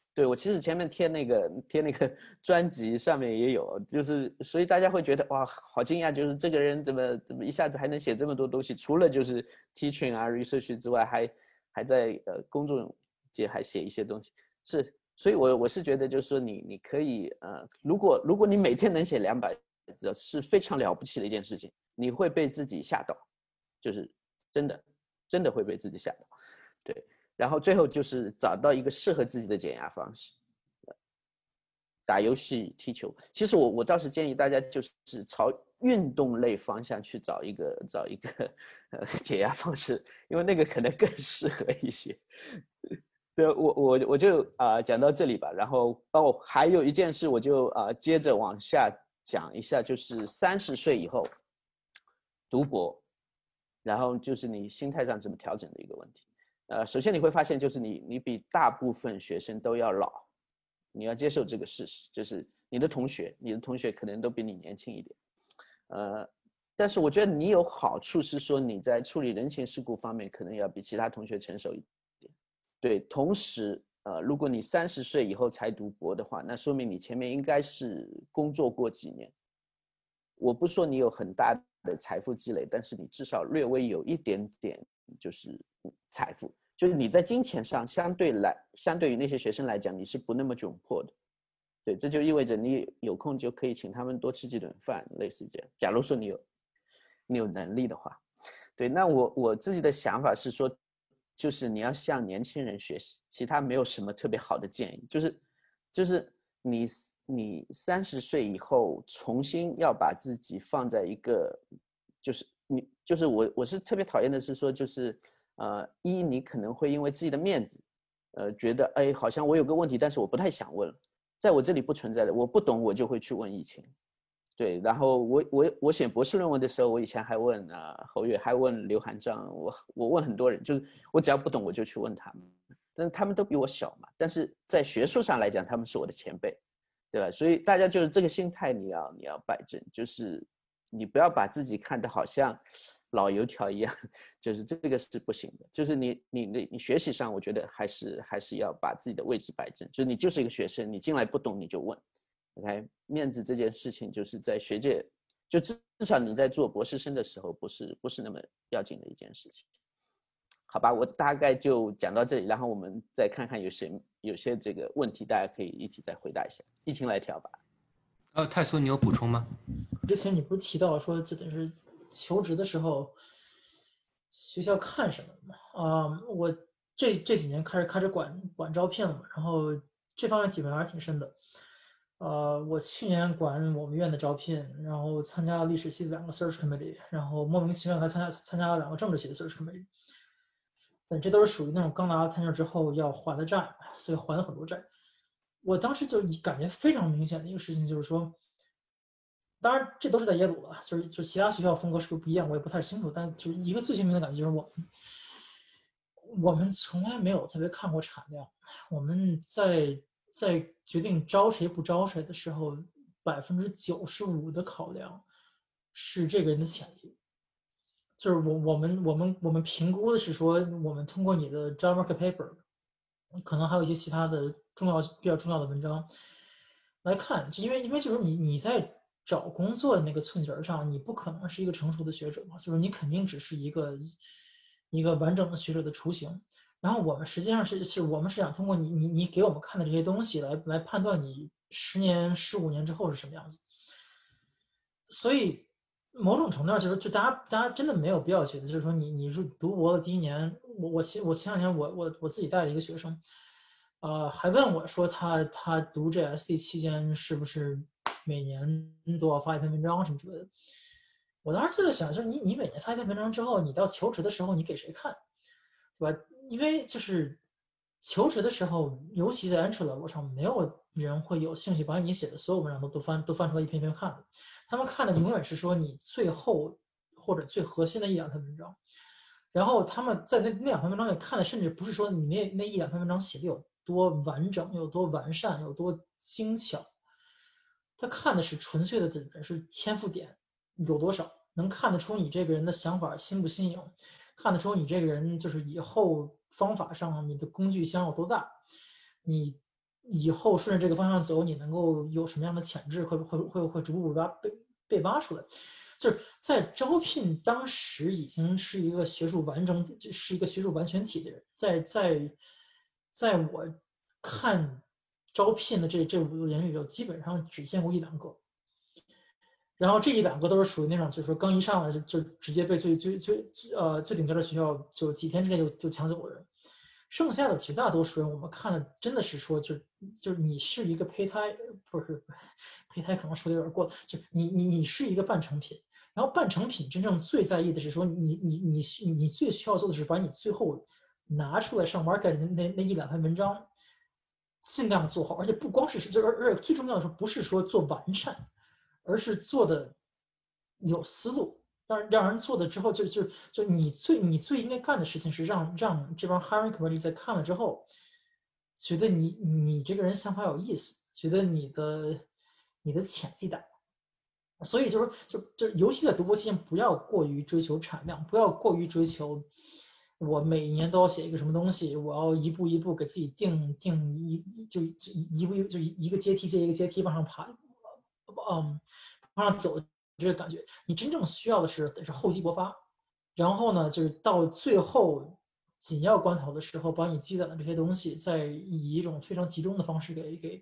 对，我其实前面贴那个专辑上面也有，就是所以大家会觉得哇，好惊讶，就是这个人怎么一下子还能写这么多东西？除了就是 teaching 啊 research 之外，还在公众界还写一些东西。是，所以我是觉得就是说你可以如果你每天能写200字，是非常了不起的一件事情，你会被自己吓到，就是真的会被自己吓到，对。然后最后就是找到一个适合自己的减压方式，打游戏、踢球。其实我倒是建议大家就是朝运动类方向去找一个减压方式，因为那个可能更适合一些。对，我就讲到这里吧。然后还有一件事，我就接着往下讲一下，就是30岁以后读博，然后就是你心态上怎么调整的一个问题。首先你会发现，就是你比大部分学生都要老，你要接受这个事实，就是你的同学可能都比你年轻一点，但是我觉得你有好处是说你在处理人情世故方面可能要比其他同学成熟一点，对。同时，如果你30岁以后才读博的话，那说明你前面应该是工作过几年。我不说你有很大的财富积累，但是你至少略微有一点点就是财富。就是你在金钱上相对于那些学生来讲，你是不那么窘迫的，对，这就意味着你有空就可以请他们多吃几顿饭，类似这样。假如说你有能力的话，对。那我自己的想法是说，就是你要向年轻人学习，其他没有什么特别好的建议，就是你30岁以后重新要把自己放在一个，就是我是特别讨厌的是说，就是你可能会因为自己的面子，觉得好像我有个问题，但是我不太想问，在我这里不存在的，我不懂我就会去问疫情，对。然后我写博士论文的时候，我以前还问侯月，还问刘涵章，我问很多人，就是我只要不懂我就去问他们，但是他们都比我小嘛，但是在学术上来讲，他们是我的前辈，对吧？所以大家就是这个心态你要摆正，就是你不要把自己看得好像老油条一样，就是这个是不行的。就是你学习上，我觉得还是要把自己的位置摆正。就是你就是一个学生，你进来不懂你就问 ，OK？ 面子这件事情就是在学界，就至少你在做博士生的时候，不是那么要紧的一件事情。好吧，我大概就讲到这里，然后我们再看看有些这个问题，大家可以一起再回答一下，一起来调吧。 泰苏，你有补充吗？ 之前你不是提到说这得是求职的时候学校看什么吗？我这几年开始管招聘了嘛，然后这方面体会还是挺深的。我去年管我们院的招聘，然后参加了历史系的2个 search committee， 然后莫名其妙还参加了2个政治系的 search committee。但这都是属于那种刚拿到 tenure 之后要还的债，所以还了很多债。我当时就感觉非常明显的一个事情就是说，当然这都是在耶鲁了，就其他学校风格是不是不一样，我也不太清楚。但就是一个最鲜明的感觉就是我们从来没有特别看过产量。我们在决定招谁不招谁的时候，95%的考量是这个人的潜力。就是我们评估的是说，我们通过你的 job market paper， 可能还有一些其他的比较重要的文章来看，就因为就是你在找工作的那个寸节上，你不可能是一个成熟的学者嘛，就是你肯定只是一个完整的学者的雏形。然后我们实际上我们是想通过你给我们看的这些东西来判断你10年15年之后是什么样子。所以某种程度上就大家真的没有必要觉得，就是说你读博的第1年，我前2年我自己带了一个学生，还问我说他读这 SD 期间是不是每年都要发一篇文章什么之类的。我当时就在想，就是你每年发一篇文章之后，你到求职的时候你给谁看，对吧？因为就是求职的时候，尤其在 entry level 上，没有人会有兴趣把你写的所有文章都翻出来一篇篇看的。他们看的永远是说你最后或者最核心的1-2篇文章，然后他们在那2篇文章里看的，甚至不是说你那1-2篇文章写的有多完整、有多完善、有多精巧，他看的是纯粹的是天赋点有多少，能看得出你这个人的想法新不新颖，看得出你这个人就是以后方法上你的工具箱有多大，你以后顺着这个方向走，你能够有什么样的潜质，会逐步被挖出来。就是在招聘当时已经是一个学术完全体的人，在我看招聘的这5个人里头，基本上只见过1、2个。然后这1、2个都是属于那种，就是说刚一上来就直接被最顶尖的学校就几天之内就抢走的人。剩下的绝大多数人，我们看的真的是说，就是你是一个胚胎，不是胚胎，可能说的有点过，就你是一个半成品。然后半成品真正最在意的是说，你最需要做的是把你最后拿出来上 market 那1、2篇文章尽量做好，而且不光是而且最重要的是不是说做完善，而是做的有思路，让人做的之后就你最应该干的事情是让这帮 hiring committee 在看了之后，觉得你这个人想法有意思，觉得你的潜力大。所以就是游戏的读博期间不要过于追求产量，不要过于追求我每一年都要写一个什么东西，我要一步一步给自己定一步一个阶梯接一个阶梯往上爬，往上走这个感觉。你真正需要的是厚积薄发，然后呢，就是到最后紧要关头的时候，把你积攒的这些东西，再以一种非常集中的方式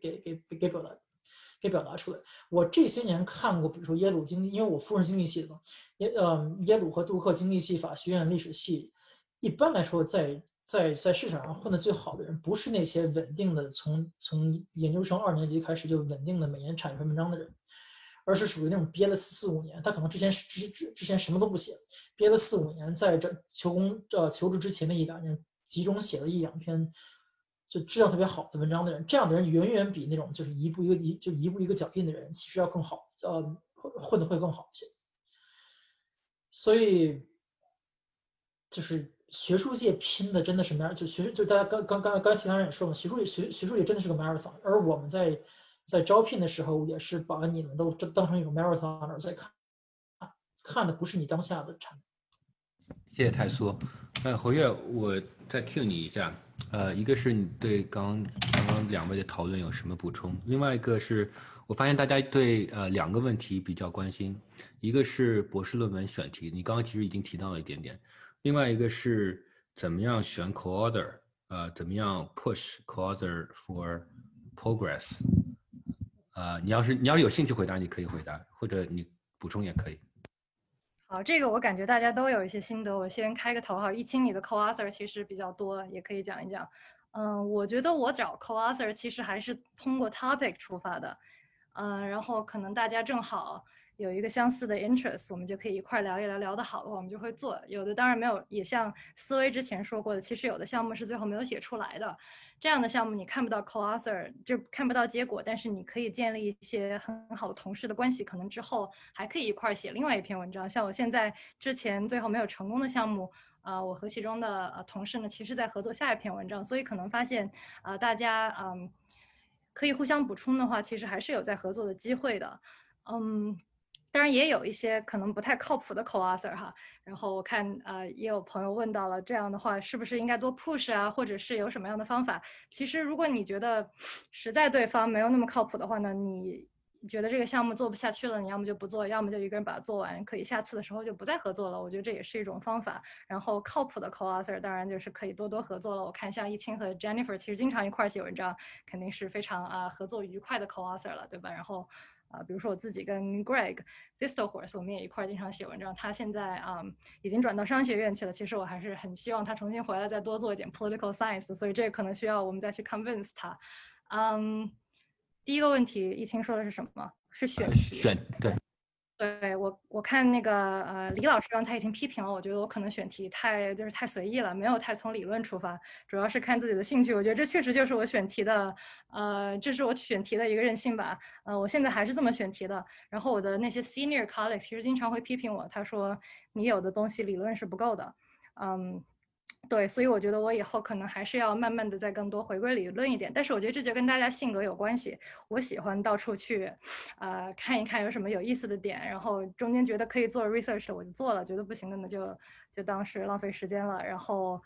给表达出来。我这些年看过，比如说耶鲁经济，因为我父亲是经济系的嘛，耶鲁和杜克经济系、法学院历史系，一般来说在市场上混得最好的人，不是那些稳定的从研究生2年级开始就稳定的每年产一篇文章的人，而是属于那种憋了4、5年，他可能之前什么都不写，憋了4、5年，在这求职之前的1、2年集中写了1、2篇就质量特别好的文章的人，这样的人远远比那种就是一步一个脚印的人其实要更好，混得会更好一些。所以就是学术界拼的真的是就大家刚才其他人也说了，学术界真的是个 marathon， 而我们在招聘的时候也是把你们都当成一种 marathon 在看的不是你当下的产品。 谢谢泰苏。侯月，我再 cue 你一下。一个是你对刚刚2位的讨论有什么补充？另外一个是我发现大家对2个问题比较关心，一个是博士论文选题，你刚刚其实已经提到了一点点。另外一个是怎么样选 co-author， 怎么样 push co-author for progress。你要是有兴趣回答，你可以回答，或者你补充也可以。 好，这个我感觉大家都有一些心得，我先开个头哈。一清你的 co-author 其实比较多，也可以讲一讲。我觉得我找 co-author 其实还是通过 topic 出发的，然后可能大家正好有一个相似的 interest， 我们就可以一块聊一聊，聊得好的话我们就会做。有的当然没有，也像思维之前说过的，其实有的项目是最后没有写出来的。这样的项目你看不到 co-author， 就看不到结果，但是你可以建立一些很好的同事的关系，可能之后还可以一块写另外一篇文章。像我现在之前最后没有成功的项目，我和其中的同事呢，其实在合作下一篇文章，所以可能发现大家可以互相补充的话，其实还是有在合作的机会的。当然也有一些可能不太靠谱的 co-author 哈，然后我看也有朋友问到了，这样的话是不是应该多 push 啊，或者是有什么样的方法？其实如果你觉得实在对方没有那么靠谱的话呢，你觉得这个项目做不下去了，你要么就不做，要么就一个人把它做完，可以下次的时候就不再合作了。我觉得这也是一种方法。然后靠谱的 co-author 当然就是可以多多合作了。我看像一清和 Jennifer 其实经常一块写文章，肯定是非常合作愉快的 co-author 了，对吧？然后比如说我自己跟 Greg Distelhorst 我们也一块经常写文章，他现在已经转到商学院去了，其实我还是很希望他重新回来再多做一点 political science， 所以这个可能需要我们再去 convince 他。第一个问题一清说的是什么？是选题。对，我看那个李老师刚才已经批评了，我觉得我可能选题太随意了，没有太从理论出发，主要是看自己的兴趣。我觉得这确实就是我选题的这是我选题的一个任性吧。我现在还是这么选题的。然后我的那些 senior colleagues 其实经常会批评我，他说你有的东西理论是不够的。对，所以我觉得我以后可能还是要慢慢的再更多回归理论一点，但是我觉得这就跟大家性格有关系。我喜欢到处去，看一看有什么有意思的点，然后中间觉得可以做 research 我就做了，觉得不行的呢就当是浪费时间了。然后，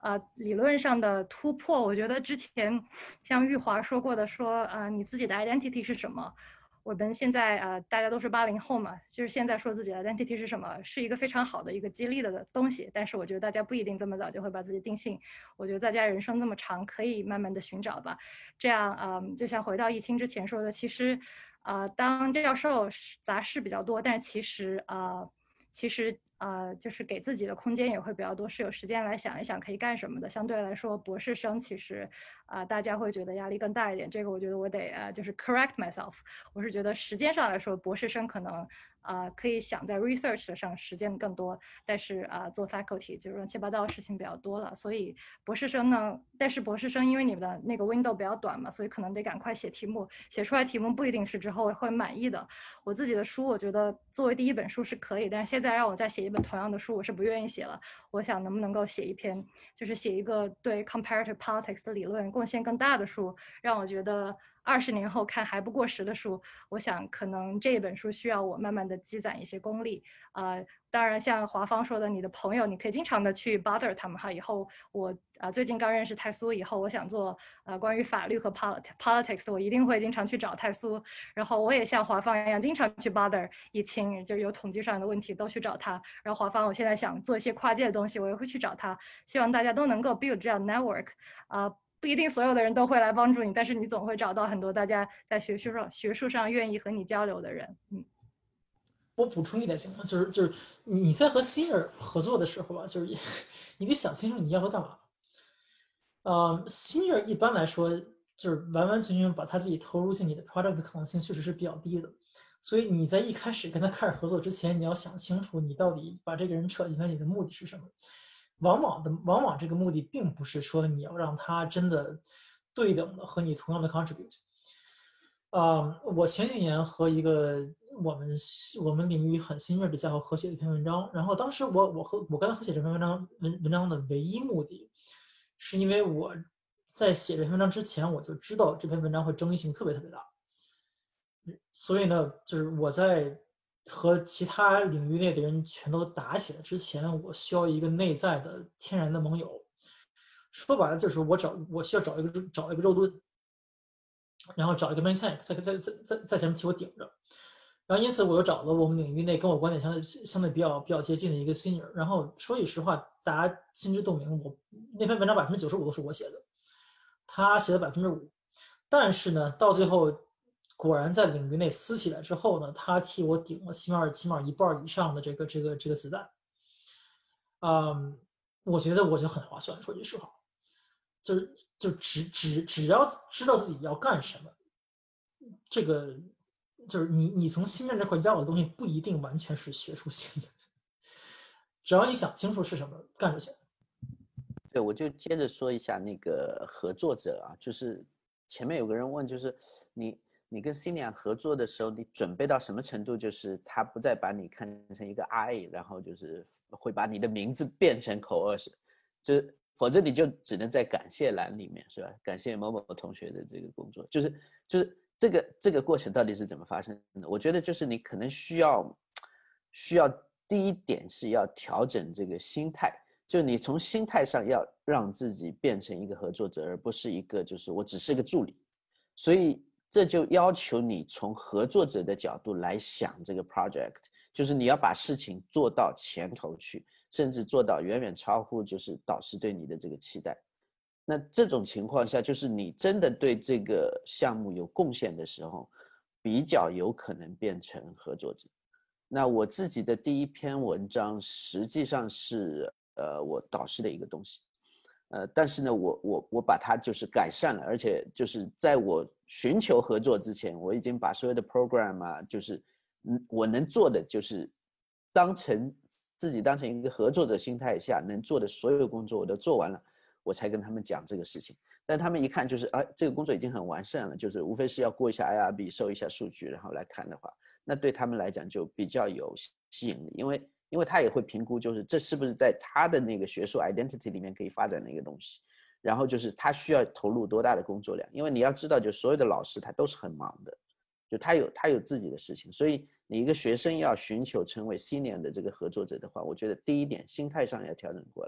理论上的突破。我觉得之前像玉华说过的说，你自己的 identity 是什么？我们现在大家都是80后嘛，就是现在说自己的 identity 是什么，是一个非常好的一个激励的东西。但是我觉得大家不一定这么早就会把自己定性。我觉得大家人生这么长，可以慢慢的寻找吧。这样就像回到疫情之前说的，其实当教授杂事比较多，但其实就是给自己的空间也会比较多，是有时间来想一想可以干什么的。相对来说，博士生其实大家会觉得压力更大一点。这个我觉得我得就是 correct myself。我是觉得时间上来说，博士生可能可以想在 research 上时间更多，但是做 faculty 就是乱七八糟的事情比较多了。所以博士生呢，但是博士生因为你们的那个 window 比较短嘛，所以可能得赶快写题目，写出来题目不一定是之后会满意的。我自己的书，我觉得作为第一本书是可以，但是现在让我再写一本同样的书，我是不愿意写了。我想能不能够写一篇，就是写一个对 comparative politics 的理论贡献更大的书，让我觉得20年后看还不过时的书。我想可能这一本书需要我慢慢的积攒一些功力。当然像华芳说的，你的朋友你可以经常的去 bother 他们哈。以后我最近刚认识泰苏以后，我想做关于法律和 politics， 我一定会经常去找泰苏。然后我也像华芳一样，经常去 bother 易清，就有统计上的问题都去找他。然后华芳，我现在想做一些跨界的东西，我也会去找他。希望大家都能够 build 这样 network。不一定所有的人都会来帮助你，但是你总会找到很多大家在学术上愿意和你交流的人。 我补充一点行吗？就是你在和 senior 合作的时候吧，就是你得想清楚你要干嘛。senior 一般来说就是完完全全把他自己投入进你的 product 的可能性确实是比较低的，所以你在一开始跟他开始合作之前，你要想清楚你到底把这个人扯进来你的目的是什么。往往这个目的并不是说你要让他真的对等的和你同样的 contribute。我前几年和一个我们领域很senior的家伙合写了一篇文章，然后当时我跟他合写这篇文章的唯一目的，是因为我在写这篇文章之前我就知道这篇文章会争议性特别特别大，所以呢，就是我在和其他领域内的人全都打起来之前，我需要一个内在的天然的盟友。说白了就是我需要找一个肉盾，然后找一个 main tank 在前面替我顶着。然后因此我又找了我们领域内跟我观点相对比较接近的一个 senior。然后说句实话，大家心知肚明，我那篇文章95%都是我写的，他写的5%。但是呢，到最后果然在领域内撕起来之后呢，他替我顶了起码一半以上的这个子弹。我觉得很划算，说句实话，就只要知道自己要干什么，这个就是你从芯片这块要的东西不一定完全是学术性的，只要你想清楚是什么，干就行。 对，我就接着说一下那个合作者啊，就是前面有个人问，就是你跟 Senior 合作的时候，你准备到什么程度？就是他不再把你看成一个 I， 然后就是会把你的名字变成coercion，就是否则你就只能在感谢栏里面，是吧？感谢某某同学的这个工作，就是这个过程到底是怎么发生的？我觉得就是你可能需要第一点是要调整这个心态，就你从心态上要让自己变成一个合作者，而不是一个就是我只是个助理。所以这就要求你从合作者的角度来想这个 project， 就是你要把事情做到前头去，甚至做到远远超乎就是导师对你的这个期待。那这种情况下，就是你真的对这个项目有贡献的时候，比较有可能变成合作者。那我自己的第一篇文章实际上是我导师的一个东西，但是呢，我把它就是改善了，而且就是在我寻求合作之前，我已经把所有的 program 啊，就是我能做的就是自己当成一个合作者心态下能做的所有工作我都做完了，我才跟他们讲这个事情。但他们一看就是这个工作已经很完善了，就是无非是要过一下 IRB 收一下数据，然后来看的话，那对他们来讲就比较有吸引力，因为他也会评估，就是这是不是在他的那个学术 identity 里面可以发展的一个东西，然后就是他需要投入多大的工作量。因为你要知道，就所有的老师他都是很忙的，就他有自己的事情，所以你一个学生要寻求成为 senior 的这个合作者的话，我觉得第一点心态上要调整过来，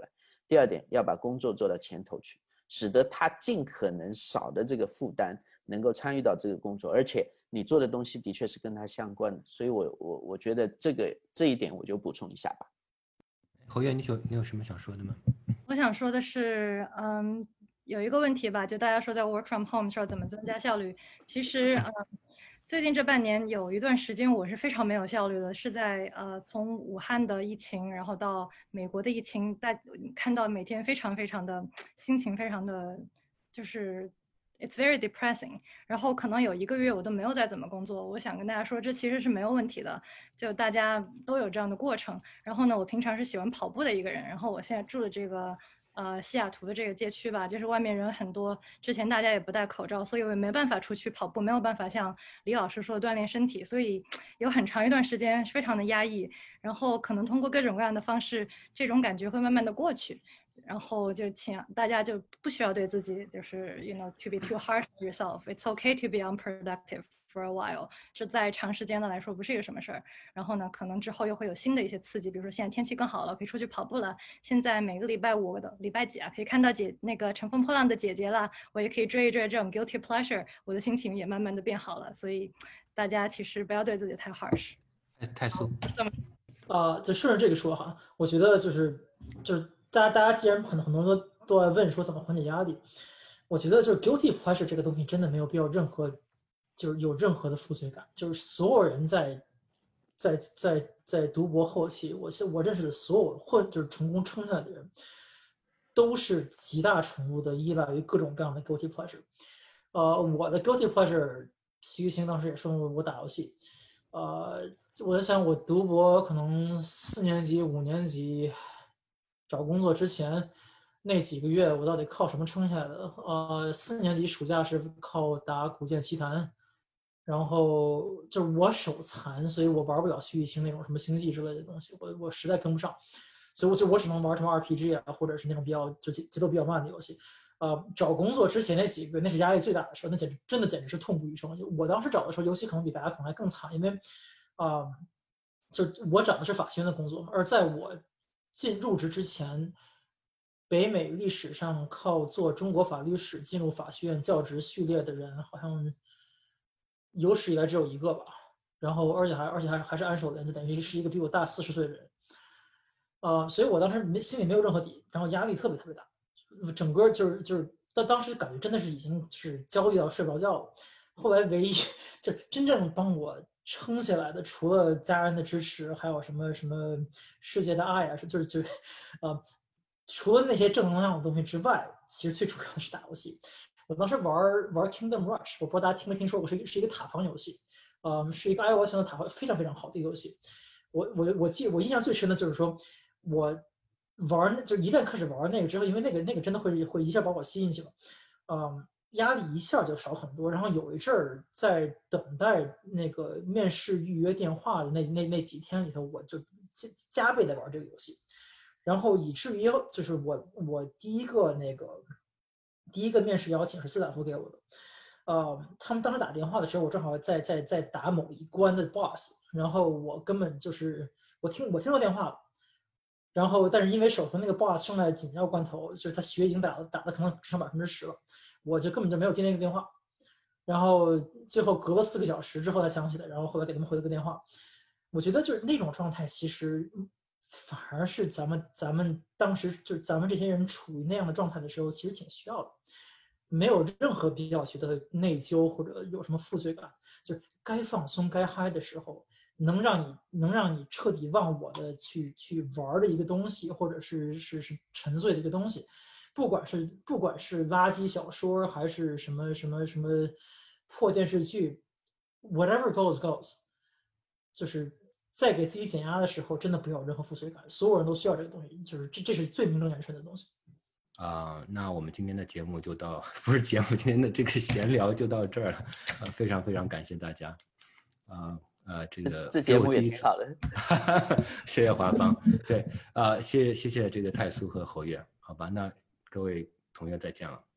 第二点要把工作做到前头去，使得他尽可能少的这个负担能够参与到这个工作，而且你做的东西的确是跟他相关的，所以我觉得这一点我就补充一下吧。 侯月，你有什么想说的吗？ 我想说的是，有一个问题吧，就大家说在 work from home 的时候怎么增加效率，其实最近这半年有一段时间我是非常没有效率的，是在从武汉的疫情，然后到美国的疫情，看到每天非常非常的心情非常的就是 it's very depressing， 然后可能有1个月我都没有再怎么工作。我想跟大家说，这其实是没有问题的，就大家都有这样的过程。然后呢，我平常是喜欢跑步的一个人，然后我现在住的这个西雅图的这个街区吧，就是外面人很多，之前大家也不戴口罩，所以我也没办法出去跑步，没有办法像李老师说的锻炼身体，所以有很长一段时间非常的压抑，然后可能通过各种各样的方式，这种感觉会慢慢的过去。然后就请大家就不需要对自己就是 to be too harsh on yourself. It's okay to be unproductive for a while. 这在长时间的来说不是一个什么事儿。然后呢，可能之后又会有新的一些刺激，比如说现在天气更好了，可以出去跑步了。现在每个礼拜5的礼拜几啊，可以看到那个乘风破浪的姐姐了，我也可以追一追这种 guilty pleasure， 我的心情也慢慢的变好了。所以大家其实不要对自己太 harsh。 太素。 就顺着这个说哈，我觉得就是大家既然很多人都在问说怎么缓解压力，我觉得就是 guilty pleasure 这个东西真的没有必要就是有任何的负罪感，就是所有人在读博后期，我认识的所有就是成功撑下来的人，都是极大程度的依赖于各种各样的 guilty pleasure。我的 guilty pleasure， 徐玉清当时也说我打游戏，我在想我读博可能4年级5年级找工作之前那几个月我到底靠什么撑下来的？4年级暑假是靠打古剑奇谭，然后就是我手残，所以我玩不了徐玉清那种什么星际之类的东西，我实在跟不上，所以我只能玩什么 RPG 啊，或者是那种就节奏比较慢的游戏。找工作之前那几个月那是压力最大的时候，那简直是痛不欲生。我当时找的时候，尤其可能比大家可能还更惨，因为就我找的是法学院的工作嘛，而在我入职之前，北美历史上靠做中国法律史进入法学院教职序列的人，好像有史以来只有1个吧。然后而且还是安守人，就等于是一个比我大40岁的人。所以我当时心里没有任何底，然后压力特别特别大，整个就是当时感觉真的是已经是焦虑到睡不着觉了。后来唯一就真正帮我撑下来的，除了家人的支持，还有什么世界的爱啊，除了那些正能量的东西之外，其实最主要的是打游戏。我当时玩 Kingdom Rush， 我不知道大家听没听说过，是一个塔防游戏，是一个 iOS 的塔防，非常非常好的一个游戏。我印象最深的就是说，我玩就一旦开始玩那个之后，因为那个真的会一下把我吸进去了，压力一下就少很多。然后有一阵儿在等待那个面试预约电话的那几天里头，我就加倍的玩这个游戏，然后以至于就是我第一个面试邀请是斯坦福给我的。他们当时打电话的时候，我正好在打某一关的 boss， 然后我根本就是我听到电话了，然后但是因为手头那个 boss 正在紧要关头，就是他血已经打的可能只剩10%了，我就根本就没有接那个电话，然后最后隔了4个小时之后才想起来，然后后来给他们回了个电话。我觉得就是那种状态，其实反而是咱们当时就是咱们这些人处于那样的状态的时候，其实挺需要的。没有任何必要觉得内疚或者有什么负罪感，就是该放松该嗨的时候，能让你彻底忘我的去玩的一个东西，或者是沉醉的一个东西，不管是垃圾小说还是什么破电视剧 ，whatever goes， 就是在给自己减压的时候，真的不要有任何负罪感，所有人都需要这个东西，就是这是最名正言顺的东西。 那我们今天的节目就到，不是节目，今天的这个闲聊就到这儿了。非常非常感谢大家。这节目也挺好的。 谢谢华芳。对，谢谢这个泰苏和侯月。好吧，那各位同学再见了。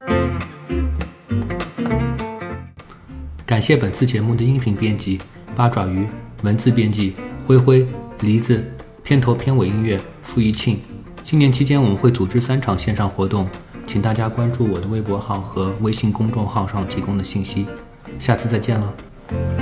感谢本次节目的音频编辑八爪鱼，文字编辑灰灰、梨子，片头片尾音乐付一庆。 新年期间我们会组织3场线上活动，请大家关注我的微博号和微信公众号上提供的信息。下次再见了。